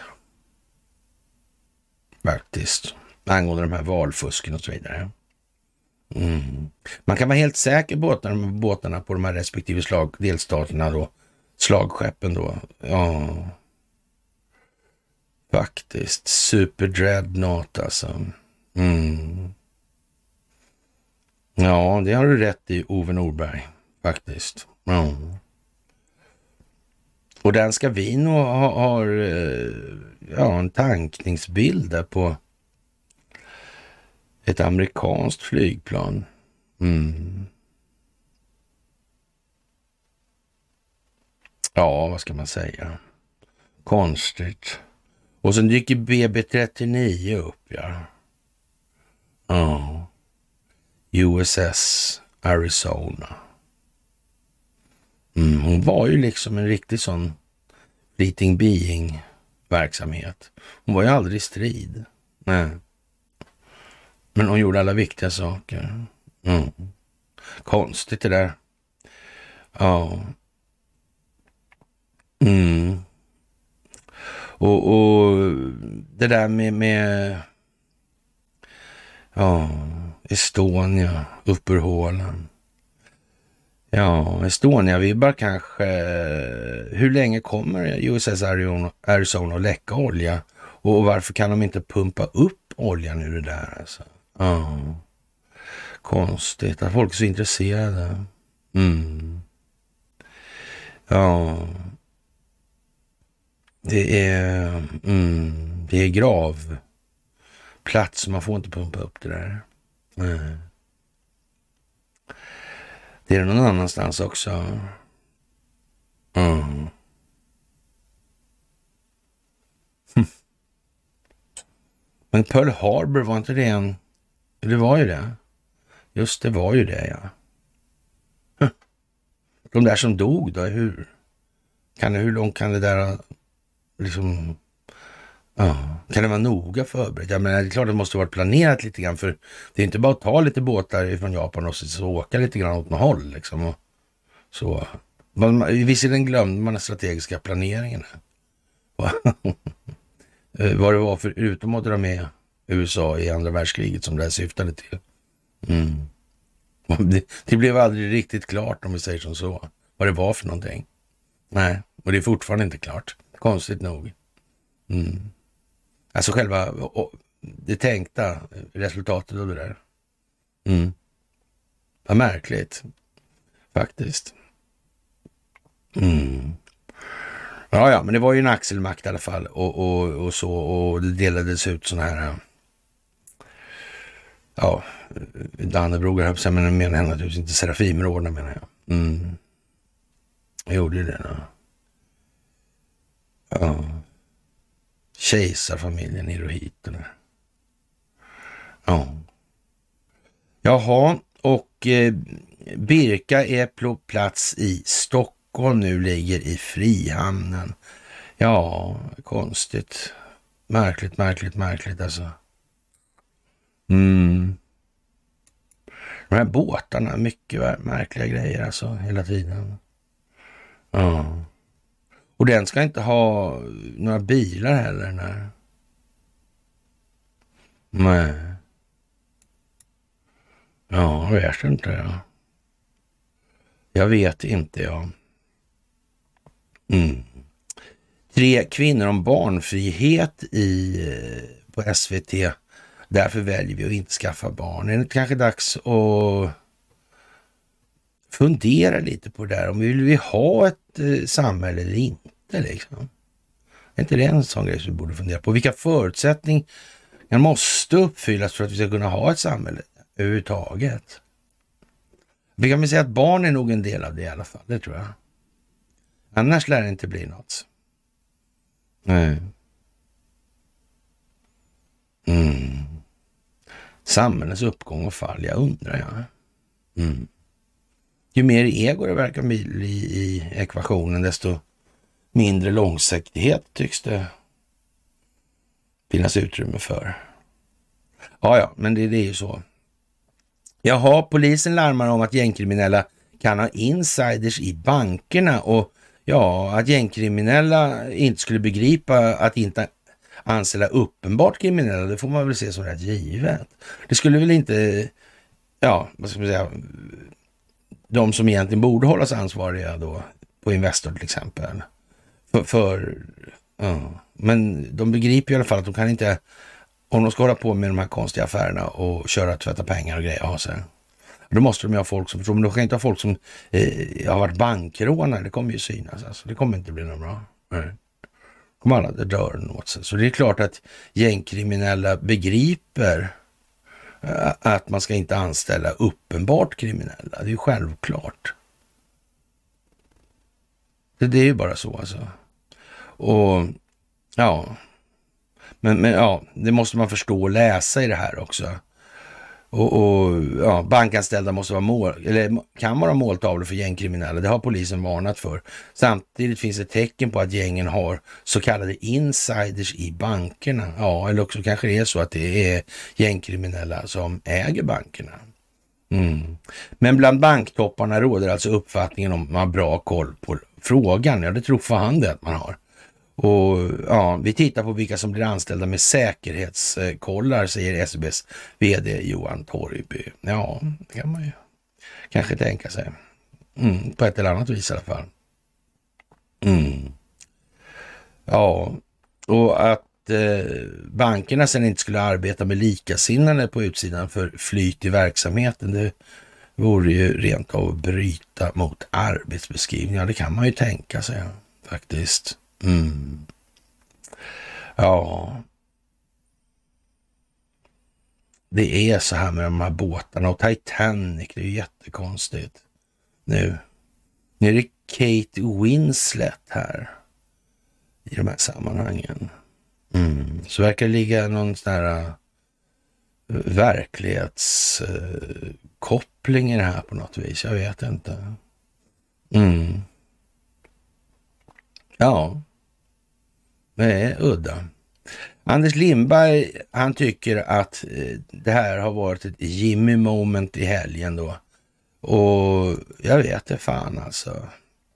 Faktiskt. Angående de här valfusken och så vidare. Man kan vara helt säker på att båtarna på de här respektive delstaterna då, slagskeppen då, faktiskt. Super Dreadnought alltså. Ja, det har du rätt i, Ove Norberg. Faktiskt. Och den ska vi nog ha en tankningsbild där på ett amerikanskt flygplan. Ja, vad ska man säga? Konstigt. Och sen dyker BB39 upp, ja. Ja. USS Arizona. Hon var ju liksom en riktig sån fleeting being-verksamhet. Hon var ju aldrig i strid. Nej. Men hon gjorde alla viktiga saker. Konstigt det där. Ja. Och det där med Estonia, Upperhålen. Ja, Estonia-vibbar kanske. Hur länge kommer USS Arizona att läcka olja? Och varför kan de inte pumpa upp oljan ur det där? Alltså? Ja, konstigt att folk är så intresserade. Ja, det är gravplats, man får inte pumpa upp det där. Nej. Det är det någon annanstans också. Men Pearl Harbor, var inte det en... Det var ju det. Just det, var ju det, ja. De där som dog då, hur långt kan det där liksom... Ja, kan det vara noga förberett? Jag menar, det är klart det måste varit planerat lite grann, för det är inte bara att ta lite båtar från Japan och så åka lite grann åt något håll liksom. Och så. Visserligen glömde man den strategiska planeringen. Vad det var förutom att dra med USA i andra världskriget som det här syftade till. Det blev aldrig riktigt klart, om vi säger som så, vad det var för någonting. Nej, och det är fortfarande inte klart. Konstigt nog. Alltså själva det tänkta resultatet av det där. Vad märkligt. Faktiskt. Ja, men det var ju en axelmakt i alla fall. Och så, och det delades ut såna här... Ja, Dannebrogar, men jag menar naturligtvis inte Serafimerordnar, menar jag. Jag gjorde det då. Ja. Kejsarfamiljen i Hirohito. Ja. Jaha, och Birka är på plats i Stockholm nu, ligger i Frihamnen. Ja, konstigt. Märkligt alltså. De här båtarna, mycket märkliga grejer alltså, hela tiden. Ja. Och den ska inte ha några bilar heller, Nej. Ja, jag vet inte, ja. Jag vet inte, ja. 3 kvinnor om barnfrihet på SVT. Därför väljer vi att inte skaffa barn. Är det kanske dags att fundera lite på det där? Om vi vill ha ett samhälle eller inte, liksom. Är inte det en sån grej som vi borde fundera på? Vilka förutsättningar måste uppfyllas för att vi ska kunna ha ett samhälle överhuvudtaget? Vi kan väl säga att barn är nog en del av det i alla fall, det tror jag. Annars lär det inte bli något. Nej. Samhällets uppgång och fall, jag undrar, ja. Ju mer ego det verkar bli i ekvationen, desto mindre långsiktighet tycks det finnas utrymme för. Ja, men det är ju så. Jaha, polisen larmar om att gängkriminella kan ha insiders i bankerna och att gängkriminella inte skulle begripa att inte anställa uppenbart kriminella. Det får man väl se som rätt givet. Det skulle väl inte, vad ska man säga, de som egentligen borde hållas ansvariga då på Investor till exempel. Men de begriper i alla fall att de kan inte, om de ska hålla på med de här konstiga affärerna och köra tvätta pengar och grejer av sig. Då måste de ha folk som förstår, men de kan inte ha folk som har varit bankrånare. Det kommer ju synas, alltså. Det kommer inte bli något bra. Nej. Kommer alla dörren åt sig. Så det är klart att gängkriminella begriper att man ska inte anställa uppenbart kriminella. Det är ju självklart. Det är ju bara så, alltså. Och ja, men ja, det måste man förstå och läsa i det här också. Och ja, bankanställda måste vara kan vara måltavlor för gängkriminella. Det har polisen varnat för. Samtidigt finns det tecken på att gängen har så kallade insiders i bankerna. Ja, eller också kanske det är så att det är gängkriminella som äger bankerna. Men bland banktopparna råder alltså uppfattningen om man har bra koll på frågan. Ja, det tror fan det att man har. Och ja, vi tittar på vilka som blir anställda med säkerhetskollar, säger SEBs vd Johan Torgby. Ja, det kan man ju kanske tänka sig. På ett eller annat vis i alla fall. Ja, och att bankerna sen inte skulle arbeta med likasinnande på utsidan för flyt i verksamheten, det vore ju rent av att bryta mot arbetsbeskrivningar. Ja, det kan man ju tänka sig faktiskt. Ja, det är så här med de här båtarna och Titanic, det är ju jättekonstigt. Nu är det Kate Winslet här i de här sammanhangen. Så verkar det ligga någon sån här verklighetskoppling i det här på något vis. Jag vet inte. Ja, det är udda. Anders Lindberg, han tycker att det här har varit ett Jimmy moment i helgen då. Och jag vet det fan alltså.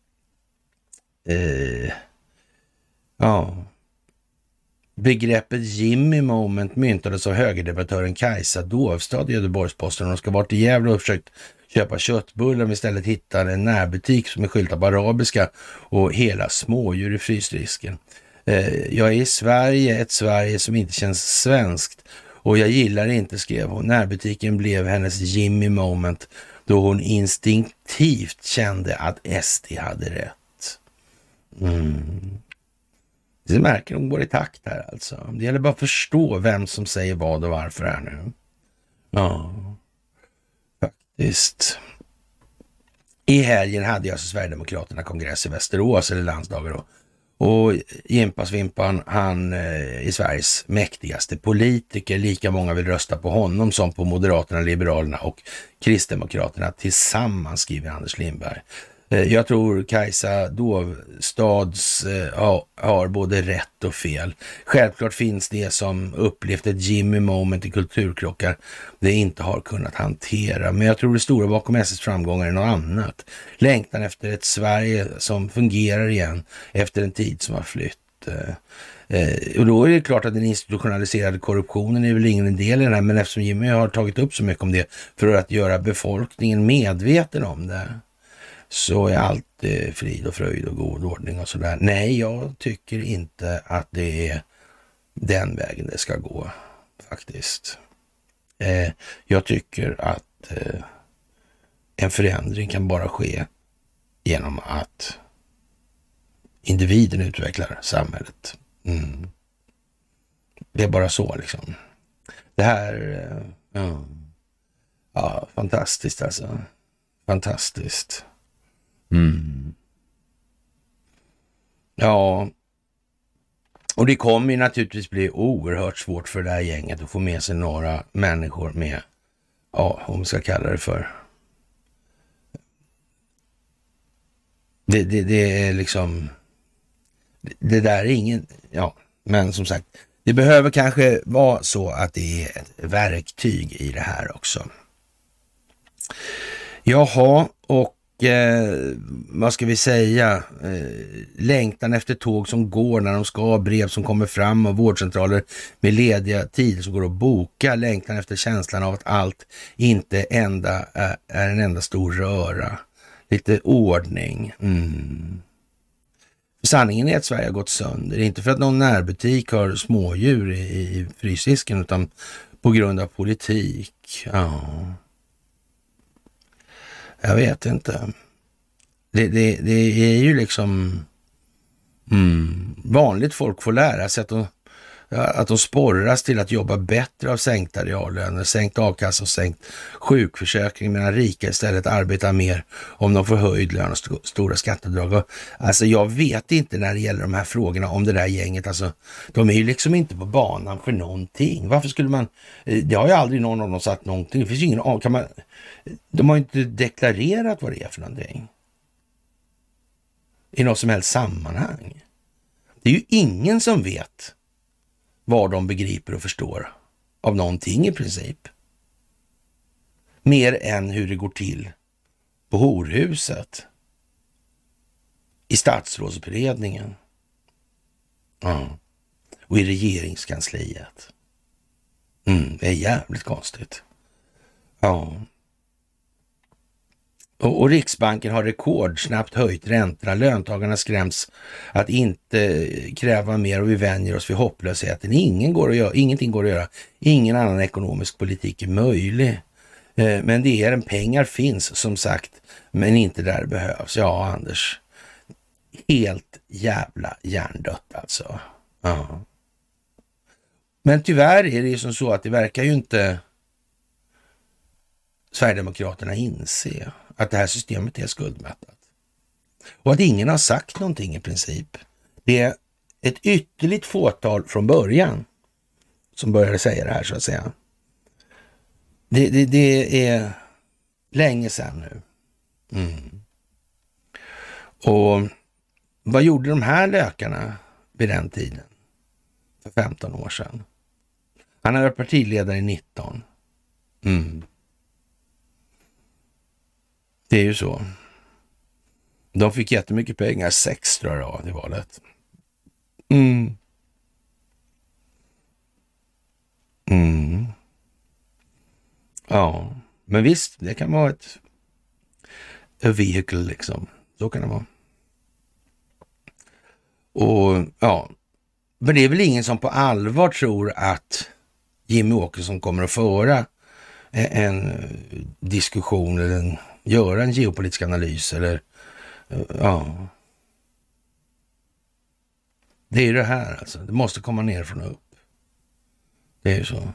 Ja. Begreppet Jimmy moment myntades av högerdebattören Kajsa Dovstad i Göteborgs-Posten. De ska varit i Gävle och försökt köpa köttbullar men istället hittade en närbutik som är skyltad på arabiska och hela smådjur i frysdisken. Jag är i Sverige, ett Sverige som inte känns svenskt och jag gillar inte, skrev hon. Närbutiken blev hennes Jimmy moment då hon instinktivt kände att SD hade rätt. Det märker de går i takt här alltså. Det gäller bara att förstå vem som säger vad och varför här nu. Ja, faktiskt. I helgen hade jag Sverigedemokraterna kongress i Västerås, eller landsdagar då. Och Jimpa Svimpan, han är Sveriges mäktigaste politiker. Lika många vill rösta på honom som på Moderaterna, Liberalerna och Kristdemokraterna tillsammans, skriver Anders Lindberg. Jag tror Kajsa Dovstads har både rätt och fel. Självklart finns det som upplevt ett Jimmy moment i kulturkrockar det inte har kunnat hantera. Men jag tror det stora bakom SS framgångar är något annat. Längtan efter ett Sverige som fungerar igen efter en tid som har flytt. Och då är det klart att den institutionaliserade korruptionen är väl ingen del i det här. Men eftersom Jimmy har tagit upp så mycket om det för att göra befolkningen medveten om det, så är allt frid och fröjd och god ordning och sådär. Nej, jag tycker inte att det är den vägen det ska gå faktiskt. Jag tycker att en förändring kan bara ske genom att individen utvecklar samhället. Det är bara så liksom. Det här, ja, fantastiskt alltså. Fantastiskt. Ja, och det kommer ju naturligtvis bli oerhört svårt för det här gänget att få med sig några människor med, ja, om man ska kalla det för. Det är liksom, det där är ingen, ja, men som sagt, det behöver kanske vara så att det är ett verktyg i det här också. Jaha, och vad ska vi säga, längtan efter tåg som går när de ska, brev som kommer fram och vårdcentraler med lediga tider som går att boka, längtan efter känslan av att allt inte är en enda stor röra, lite ordning. Sanningen är att Sverige har gått sönder, inte för att någon närbutik har smådjur i frysdisken utan på grund av politik. Ja, jag vet inte. Det är ju liksom vanligt folk får lära sig att att de sporras till att jobba bättre av sänkta reallöner, sänkt a-kassa och sänkt sjukförsäkring, medan rika istället arbetar mer om de får höjd lön och stora skattedrag. Alltså jag vet inte när det gäller de här frågorna om det där gänget, alltså de är ju liksom inte på banan för någonting. Varför skulle man, det har ju aldrig någon av dem sagt någonting, det finns ju ingen, de har ju inte deklarerat vad det är för någonting i något som helst sammanhang. Det är ju ingen som vet vad de begriper och förstår av någonting i princip. Mer än hur det går till på horhuset, i statsrådsberedningen och i regeringskansliet. Det är jävligt konstigt. Ja. Och Riksbanken har rekordsnabbt höjt räntorna. Löntagarna skräms att inte kräva mer och vi vänjer oss vid hopplösheten. Ingenting går att göra. Ingen annan ekonomisk politik är möjlig. Men det är pengar finns som sagt, men inte där det behövs. Ja, Anders. Helt jävla hjärndött alltså. Ja. Men tyvärr är det ju som så att det verkar ju inte Sverigedemokraterna inse att det här systemet är skuldmättat. Och att ingen har sagt någonting i princip. Det är ett ytterligt fåtal från början som började säga det här så att säga. Det är länge sedan nu. Och vad gjorde de här lökarna vid den tiden? För 15 år sedan. Han har varit partiledare i 19. Det är ju så. De fick jättemycket pengar, 6 tror jag i valet. Ja, men visst, det kan vara ett vehicle liksom. Så kan det vara. Och ja, men det är väl ingen som på allvar tror att Jimmy Åkesson kommer att föra en diskussion eller göra en geopolitisk analys eller ja. Det är ju det här alltså. Det måste komma ner från upp. Det är ju så.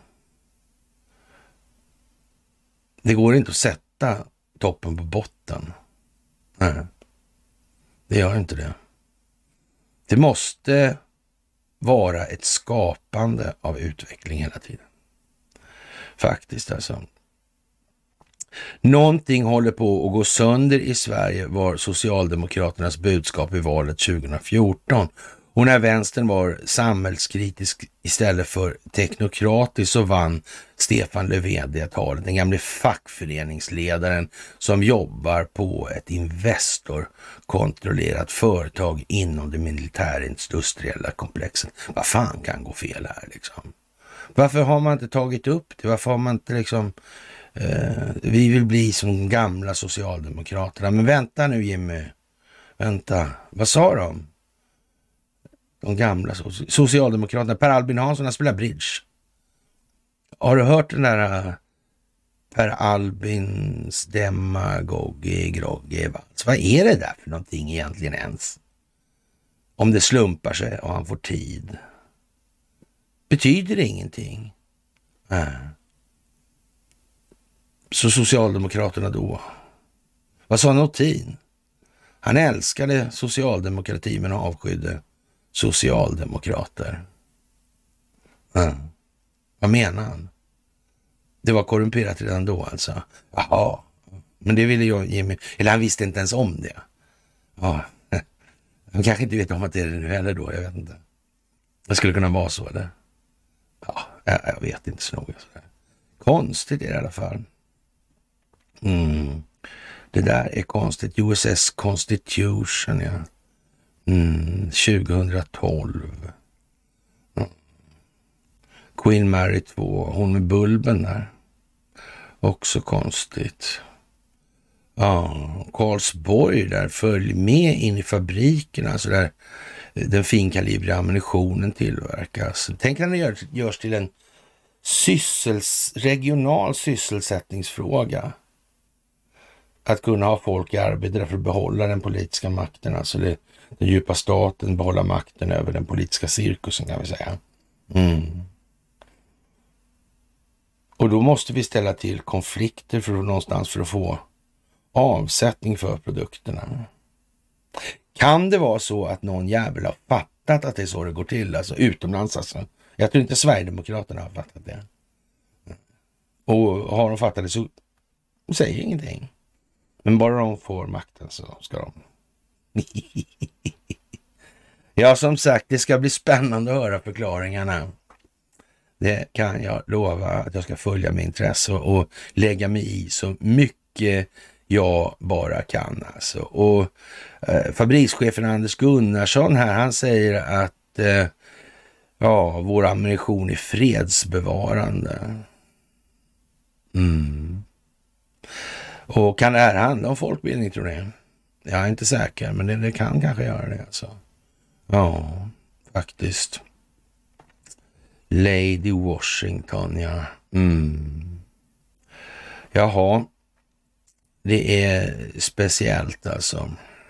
Det går inte att sätta toppen på botten. Nej. Det gör inte det. Det måste vara ett skapande av utveckling hela tiden. Faktiskt alltså. Någonting håller på att gå sönder i Sverige var Socialdemokraternas budskap i valet 2014. Och när vänstern var samhällskritisk istället för teknokratisk så vann Stefan Löfven det talet. Den gamle fackföreningsledaren som jobbar på ett investorkontrollerat företag inom det militärindustriella komplexet. Vad fan kan gå fel här liksom? Varför har man inte tagit upp det? Varför har man inte liksom... vi vill bli som gamla Socialdemokraterna. Men vänta nu Jimmy. Vänta. Vad sa de? De gamla Socialdemokraterna. Per Albin Hansson har spelat bridge. Har du hört den där Per Albins demagogi? Vad är det där för någonting egentligen ens? Om det slumpar sig och han får tid. Betyder det ingenting? Så Socialdemokraterna då. Vad sa Nottin? Han älskade socialdemokrati men avskydde socialdemokrater. Vad menar han? Det var korrumperat redan då alltså. Jaha, men det ville jag Jimmy. Eller han visste inte ens om det. Ja, han kanske inte vet om att det är det nu heller då, jag vet inte. Det skulle kunna vara så eller? Ja, jag vet inte så noga. Konstigt är det i alla fall. Det där är konstigt. USS Constitution, ja. 2012. Queen Mary 2. Hon med bulben där. Också konstigt. Ja, Karlsborg där. Följ med in i fabriken. Alltså där den finkalibriga ammunitionen tillverkas. Tänk när det görs till en regional sysselsättningsfråga. Att kunna ha folk i arbete för att behålla den politiska makten. Alltså den djupa staten behålla makten över den politiska cirkusen kan vi säga. Och då måste vi ställa till konflikter för att få avsättning för produkterna. Kan det vara så att någon jävel har fattat att det är så det går till, alltså utomlands alltså? Jag tror inte Sverigedemokraterna har fattat det. Och har de fattat det så säger ingenting. Men bara de får makten så ska de. Ja, som sagt, det ska bli spännande att höra förklaringarna. Det kan jag lova att jag ska följa med intresse och lägga mig i så mycket jag bara kan. Alltså. Och fabrikschefen Anders Gunnarsson här, han säger att vår ammunition är fredsbevarande. Och kan det här handla om folkbildning, tror ni? Jag är inte säker, men det kan kanske göra det alltså. Ja, faktiskt. Lady Washington, ja. Jaha, det är speciellt alltså.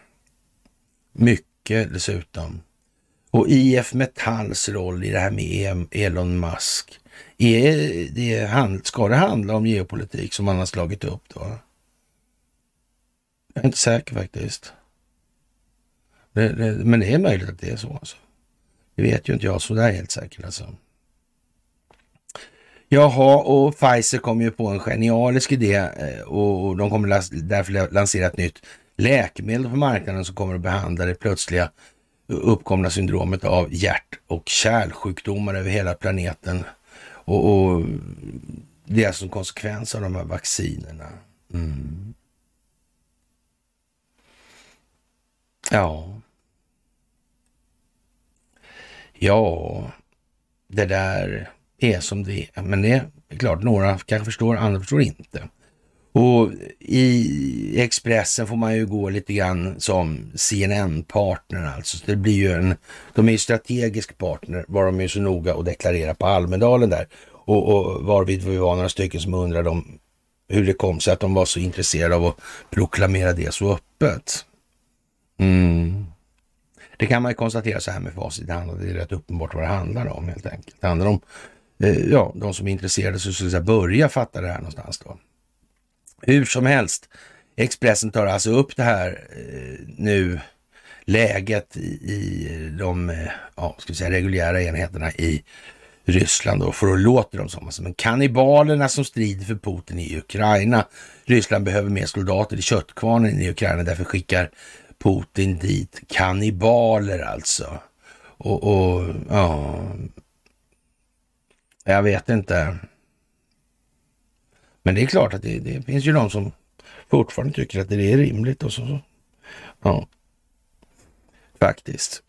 Mycket dessutom. Och IF Metalls roll i det här med Elon Musk. Ska det handla om geopolitik som man har slagit upp då? Jag är inte säker faktiskt. Men det är möjligt att det är så alltså. Det vet ju inte jag så där helt säkert alltså. Jaha, och Pfizer kommer ju på en genialisk idé och de kommer därför lansera ett nytt läkemedel på marknaden som kommer att behandla det plötsliga uppkomna syndromet av hjärt- och kärlsjukdomar över hela planeten. Och det är som konsekvens av de här vaccinerna. Ja, det där är som det är. Men det är klart, några kanske förstår, andra förstår inte. Och i Expressen får man ju gå lite grann som CNN-partner alltså. Så det blir ju de är ju strategisk partner, var de är så noga att deklarera på Almedalen där. Och varvid vi var några stycken som undrade om hur det kom sig att de var så intresserade av att proklamera det så öppet. Det kan man ju konstatera så här med facit. Det är rätt uppenbart vad det handlar om helt enkelt. Det handlar om de som är intresserade så ska börja fatta det här någonstans då. Hur som helst, Expressen tar alltså upp det här nu läget i de reguljära enheterna i Ryssland då, för att låta dem som en kannibalerna som strider för Putin i Ukraina. Ryssland behöver mer soldater i köttkvarnen i Ukraina, därför skickar Putin dit kannibaler alltså. Och jag vet inte. Men det är klart att det finns ju de som fortfarande tycker att det är rimligt och så. Ja, faktiskt.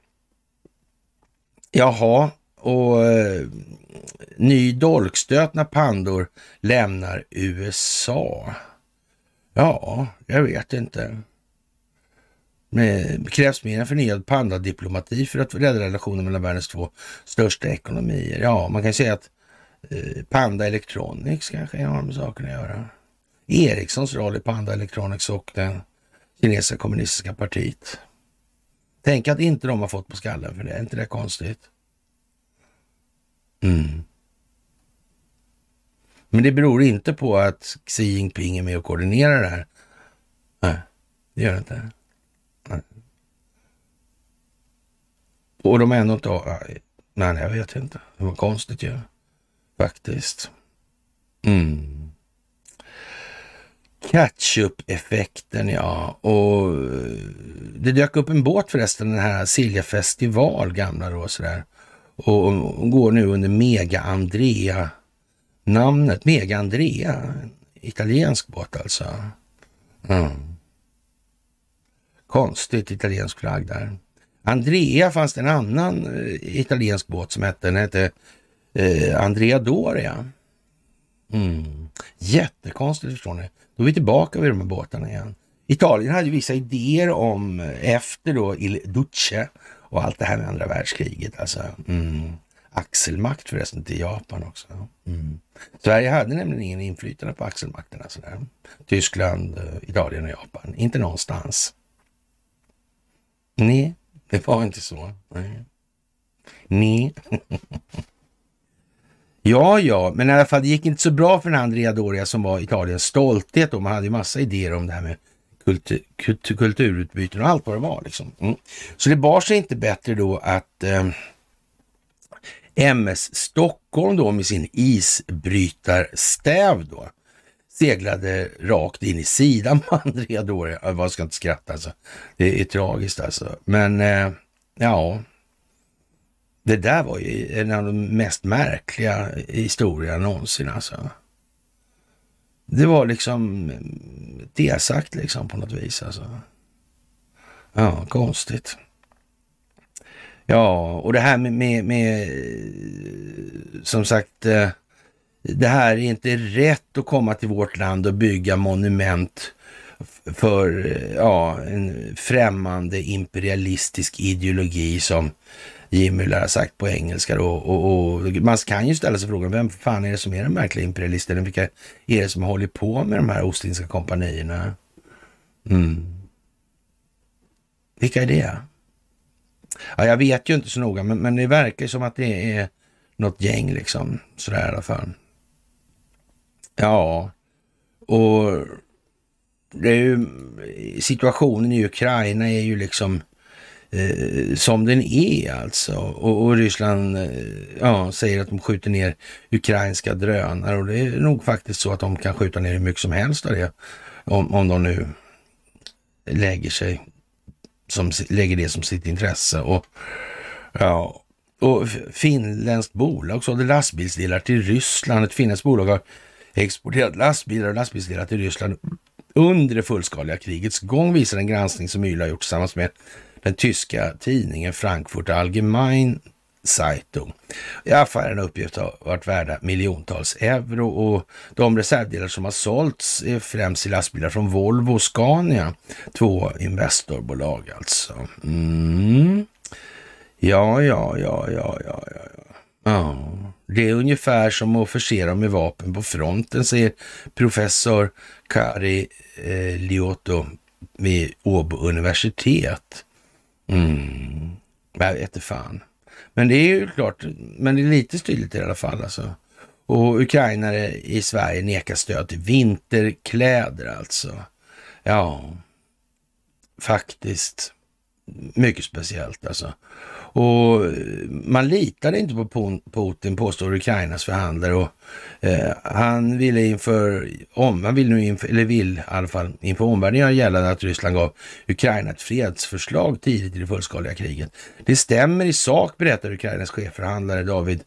Jaha, och ny dolkstöt när pandor lämnar USA. Ja, jag vet inte. Det krävs mer än förnyad pandadiplomati för att rädda relationen mellan världens två största ekonomier. Ja, man kan säga att Panda Electronics kanske har med sakerna att göra. Ericssons roll i Panda Electronics och den kinesiska kommunistiska partiet. Tänk att inte de har fått på skallen för det. Är inte det konstigt? Men det beror inte på att Xi Jinping är med och koordinerar det här. Nej, det gör det inte. Nej. Och de är ändå inte... Nej, jag vet inte. Det var konstigt ju. Faktiskt. Ketchup-effekten, ja. Och det dök upp en båt förresten, den här Silja Festival, gamla då sådär. Och går nu under Mega Andrea namnet. Mega Andrea, italiensk båt alltså. Konstigt italiensk flagg där. Andrea fanns det en annan italiensk båt som hette Andrea Doria. Jättekonstigt, förstår ni. Då är vi tillbaka vid de här båtarna igen. Italien hade ju vissa idéer om efter då Il Duce och allt det här med andra världskriget. Alltså, axelmakt förresten till Japan också. Sverige hade nämligen ingen inflytande på axelmakterna. Sådär. Tyskland, Italien och Japan. Inte någonstans. Nej, det var inte så. Nej. Ja, men i alla fall det gick inte så bra för den Andrea Doria som var Italiens stolthet, och man hade ju massa idéer om det här med kulturutbyten och allt vad det var liksom. Så det bar sig inte bättre då att MS Stockholm då med sin isbrytarstäv då seglade rakt in i sidan på Andrea Doria. Jag ska inte skratta alltså. Det är tragiskt alltså. Men ja, det där var ju en av de mest märkliga historierna någonsin alltså. Det var liksom desagt liksom på något vis alltså. Ja, konstigt. Ja, och det här med som sagt, det här är inte rätt att komma till vårt land och bygga monument för en främmande imperialistisk ideologi som Jimmy lär ha sagt på engelska då. Och man kan ju ställa sig frågan, vem fan är det som är den märkliga imperialisten? Vilka är det som håller på med de här Ostindiska kompanierna? Vilka är det? Ja, jag vet ju inte så noga, men det verkar som att det är något gäng liksom, sådär i alla fall. Ja, och det är ju, situationen i Ukraina är ju liksom som den är alltså. Och Ryssland säger att de skjuter ner ukrainska drönare, och det är nog faktiskt så att de kan skjuta ner hur mycket som helst av det, om de nu lägger det som sitt intresse. Och finländskt bolag sålde lastbilsdelar till Ryssland. Ett finländskt bolag har exporterat lastbilar och lastbilsdelar till Ryssland under det fullskaliga krigets gång, visar en granskning som Yle har gjort tillsammans med den tyska tidningen Frankfurter Allgemeine Zeitung. Affären uppgift har varit värda miljontals euro, och de reservdelar som har sålts är främst i lastbilar från Volvo och Scania, 2 investorbolag alltså. Ja. Det är ungefär som att förse dem med vapen på fronten, säger professor Kari Liotto vid Åbo universitet. Jag vet inte fan. Men det är ju klart, men det är lite styrligt i alla fall alltså. Och ukrainare i Sverige nekar stöd till vinterkläder alltså. Ja, faktiskt mycket speciellt alltså. Och man litade inte på Putin, påstår Ukrainas förhandlare, och han ville i alla fall inför omvärlden göra gällande att Ryssland gav Ukraina ett fredsförslag tidigt i det fullskaliga kriget. Det stämmer i sak, berättar Ukrainas chefförhandlare David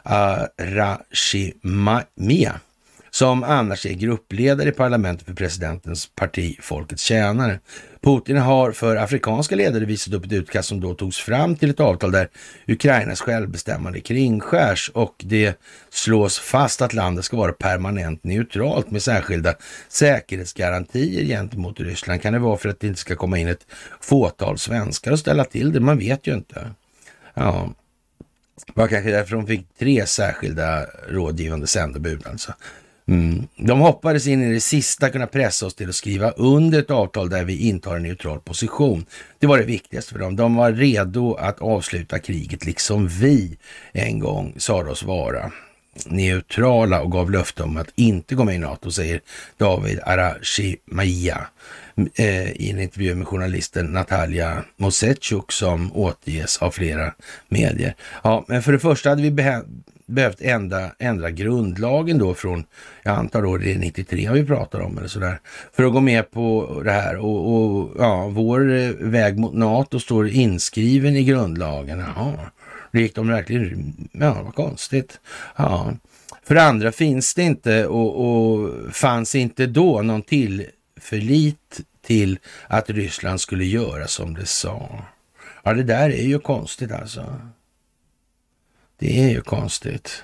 Arashimia, som annars är gruppledare i parlamentet för presidentens parti Folkets tjänare. Putin har för afrikanska ledare visat upp ett utkast som då togs fram till ett avtal där Ukrainas självbestämmande kringskärs, och det slås fast att landet ska vara permanent neutralt med särskilda säkerhetsgarantier gentemot Ryssland. Kan det vara för att det inte ska komma in ett fåtal svenskar och ställa till det? Man vet ju inte. Ja, var kanske därför de fick 3 särskilda rådgivande sändebud alltså. De hoppades in i det sista kunna pressa oss till att skriva under ett avtal där vi intar en neutral position. Det var det viktigaste för dem. De var redo att avsluta kriget liksom vi en gång sade oss vara neutrala, och gav löfte om att inte gå med i NATO, säger David Arashimia i en intervju med journalisten Natalia Mosechuk som återges av flera medier. Ja, men för det första hade vi behövt ändra grundlagen då från, jag antar då det är 93 har vi pratat om eller sådär, för att gå med på det här, och vår väg mot NATO står inskriven i grundlagen. Det gick de verkligen, vad konstigt. Ja. För det andra finns det inte och fanns inte då någon tillförlit till att Ryssland skulle göra som det sa. Ja, det där är ju konstigt alltså. Det är ju konstigt.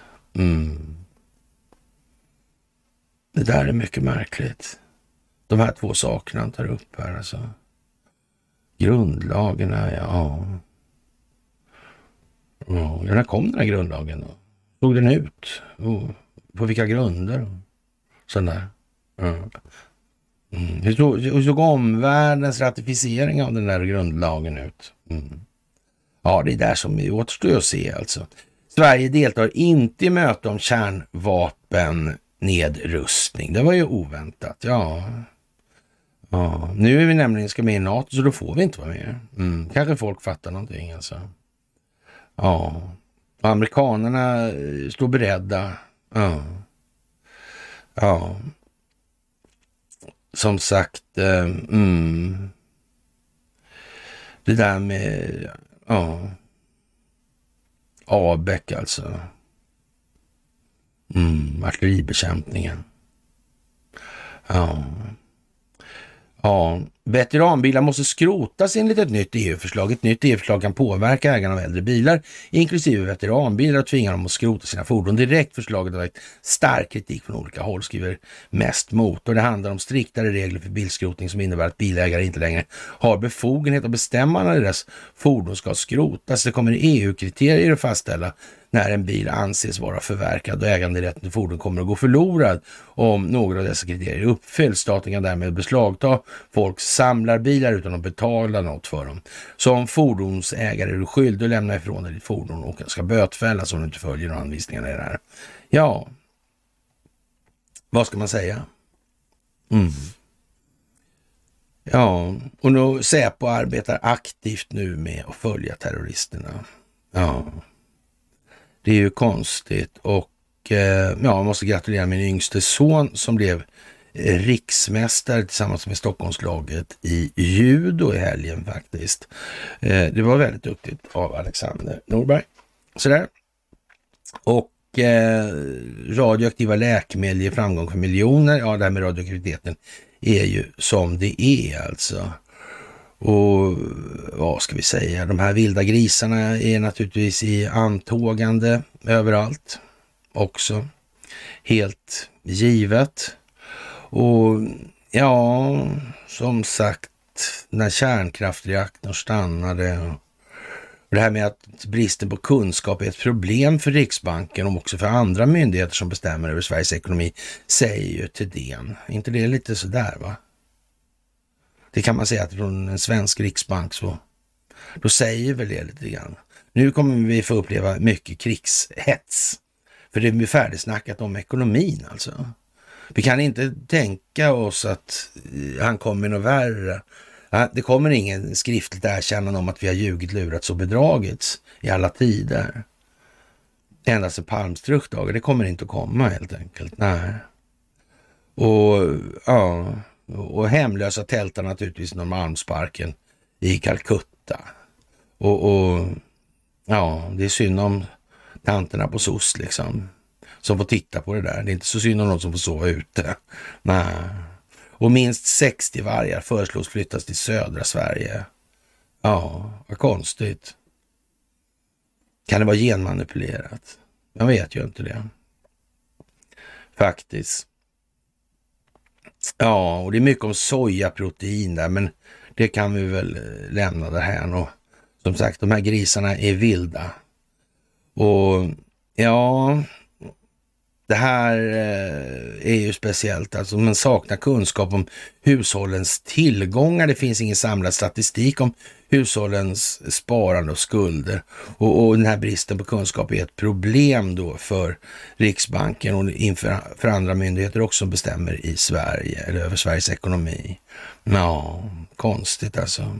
Det där är mycket märkligt. De här 2 sakerna han tar upp här alltså. Grundlagen, ja. När kom den här grundlagen då? Såg den ut? På vilka grunder? Sån där. Hur såg omvärldens ratificering av den där grundlagen ut? Ja, det är där som återstår att se alltså. Sverige deltar inte i möte om kärnvapennedrustning. Det var ju oväntat. Ja, nu är vi nämligen ska med i NATO, så då får vi inte vara med. Kanske folk fattar någonting alltså. Ja, och amerikanerna står beredda. Ja. Som sagt, det där med ABEC alltså. Artilleribekämpningen. Ja, veteranbilar måste skrotas enligt ett nytt EU-förslag. Ett nytt EU-förslag kan påverka ägarna av äldre bilar, inklusive veteranbilar, och tvinga dem att skrota sina fordon direkt. Förslaget har varit stark kritik från olika håll, skriver Mest Motor. Det handlar om striktare regler för bilskrotning som innebär att bilägare inte längre har befogenhet att bestämma när deras fordon ska skrotas. Det kommer EU-kriterier att fastställa när en bil anses vara förverkad, och äganderätten till fordon kommer att gå förlorad om några av dessa kriterier uppfylls. Staten kan därmed beslagta folks samlarbilar utan att betala något för dem. Som fordonsägare är du skyldig att lämna ifrån dig ditt fordon och ska bötfällas om du inte följer anvisningarna i det här. Ja, vad ska man säga? Ja, och nu Säpo arbetar aktivt nu med att följa terroristerna. Ja, det är ju konstigt, och jag måste gratulera min yngste son som blev riksmästare tillsammans med Stockholmslaget i judo i helgen faktiskt. Det var väldigt duktigt av Alexander Norberg. Sådär. Och radioaktiva läkemedel ger framgång för miljoner. Ja, det här med radioaktiviteten är ju som det är alltså. Och vad ska vi säga? De här vilda grisarna är naturligtvis i antågande överallt också. Helt givet. Och ja, som sagt, när kärnkraftreaktorn stannade, och det här med att bristen på kunskap är ett problem för Riksbanken och också för andra myndigheter som bestämmer över Sveriges ekonomi, säger ju Thedéen. Inte det är lite sådär, va? Det kan man säga att från en svensk riksbank, så då säger väl det lite grann. Nu kommer vi få uppleva mycket krigshets, för det blir färdigsnackat om ekonomin alltså. Vi kan inte tänka oss att han kommer något värre. Det kommer ingen skriftligt erkännande om att vi har ljugit, lurats och bedragits i alla tider. Endast en palmstruktdagar, det kommer inte att komma helt enkelt. Nej. Och hemlösa tältar naturligtvis Norrmalmsparken i Calcutta. Och det är synd om tanterna på SOS liksom, som får titta på det där. Det är inte så synd om någon som får sova ute. Nej. Och minst 60 vargar föreslås flyttas till södra Sverige. Ja, vad konstigt. Kan det vara genmanipulerat? Jag vet ju inte det. Faktiskt. Ja, och det är mycket om sojaprotein där, men det kan vi väl lämna det här. Och som sagt, de här grisarna är vilda. Och ja, det här är ju speciellt. Alltså man saknar kunskap om hushållens tillgångar. Det finns ingen samlad statistik om hushållens sparande och skulder. Och den här bristen på kunskap är ett problem då för Riksbanken och för andra myndigheter också som bestämmer i Sverige eller över Sveriges ekonomi. Ja, konstigt alltså.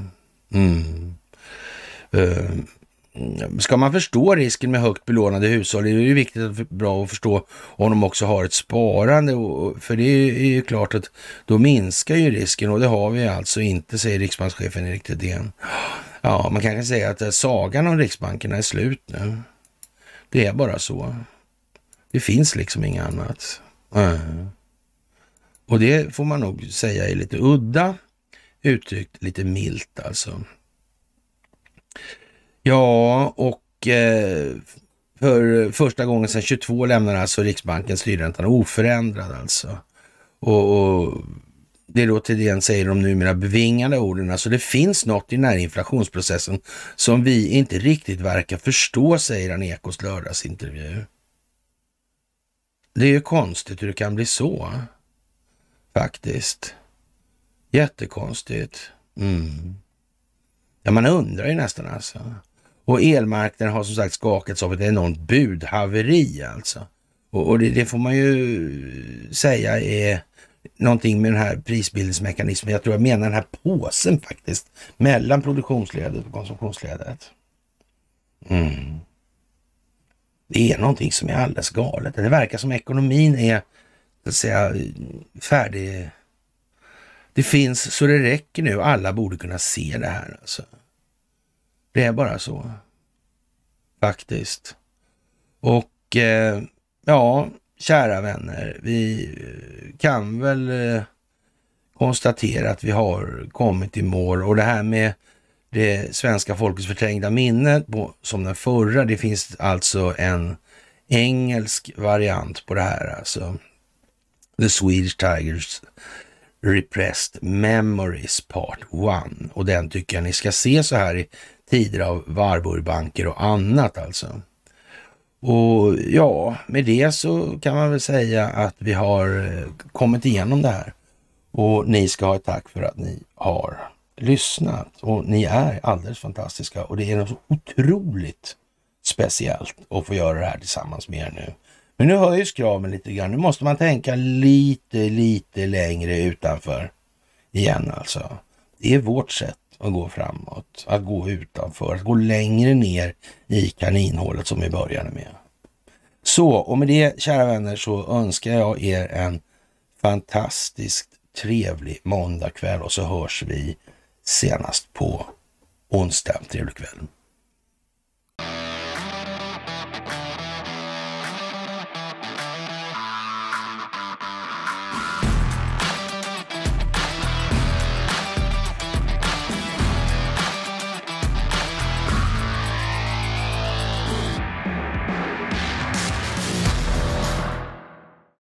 Ska man förstå risken med högt belånade hushåll är det ju viktigt och bra att förstå om de också har ett sparande, för det är ju klart att då minskar ju risken, och det har vi alltså inte, säger riksbankschefen Erik Thedéen. Ja, man kan säga att sagan om Riksbankerna är slut nu. Det är bara så. Det finns liksom inget annat. Och det får man nog säga är lite udda, uttryckt lite milt alltså. Ja, och för första gången sedan 22 lämnar alltså Riksbanken styrräntan oförändrad alltså. Och det är då Thedéen säger de numera bevingade orden. Alltså det finns något i den här inflationsprocessen som vi inte riktigt verkar förstå, säger han i Ekos lördagsintervju. Det är ju konstigt hur det kan bli så. Faktiskt. Jättekonstigt. Ja, man undrar ju nästan alltså. Och elmarknaden har som sagt skakats av ett enormt budhaveri alltså. Och det får man ju säga är någonting med den här prisbildningsmekanismen. Jag menar den här påsen faktiskt mellan produktionsledet och konsumtionsledet. Det är någonting som är alldeles galet. Det verkar som ekonomin är så att säga färdig. Det finns så det räcker nu. Alla borde kunna se det här alltså. Det är bara så. Faktiskt. Och ja, kära vänner, vi kan väl konstatera att vi har kommit i mål. Och det här med det svenska folkets förträngda minne som den förra, det finns alltså en engelsk variant på det här alltså. The Swedish Tigers Repressed Memories Part 1. Och den tycker jag ni ska se så här i tider av Warburgbanker och annat alltså. Och ja, med det så kan man väl säga att vi har kommit igenom det här. Och ni ska ha ett tack för att ni har lyssnat. Och ni är alldeles fantastiska. Och det är något så otroligt speciellt att få göra det här tillsammans med er nu. Men nu höjs kraven lite grann. Nu måste man tänka lite längre utanför igen alltså. Det är vårt sätt att gå framåt, att gå utanför, att gå längre ner i kaninhålet som vi började med. Så, och med det, kära vänner, så önskar jag er en fantastiskt trevlig måndagkväll och så hörs vi senast på onsdag. Trevlig kväll.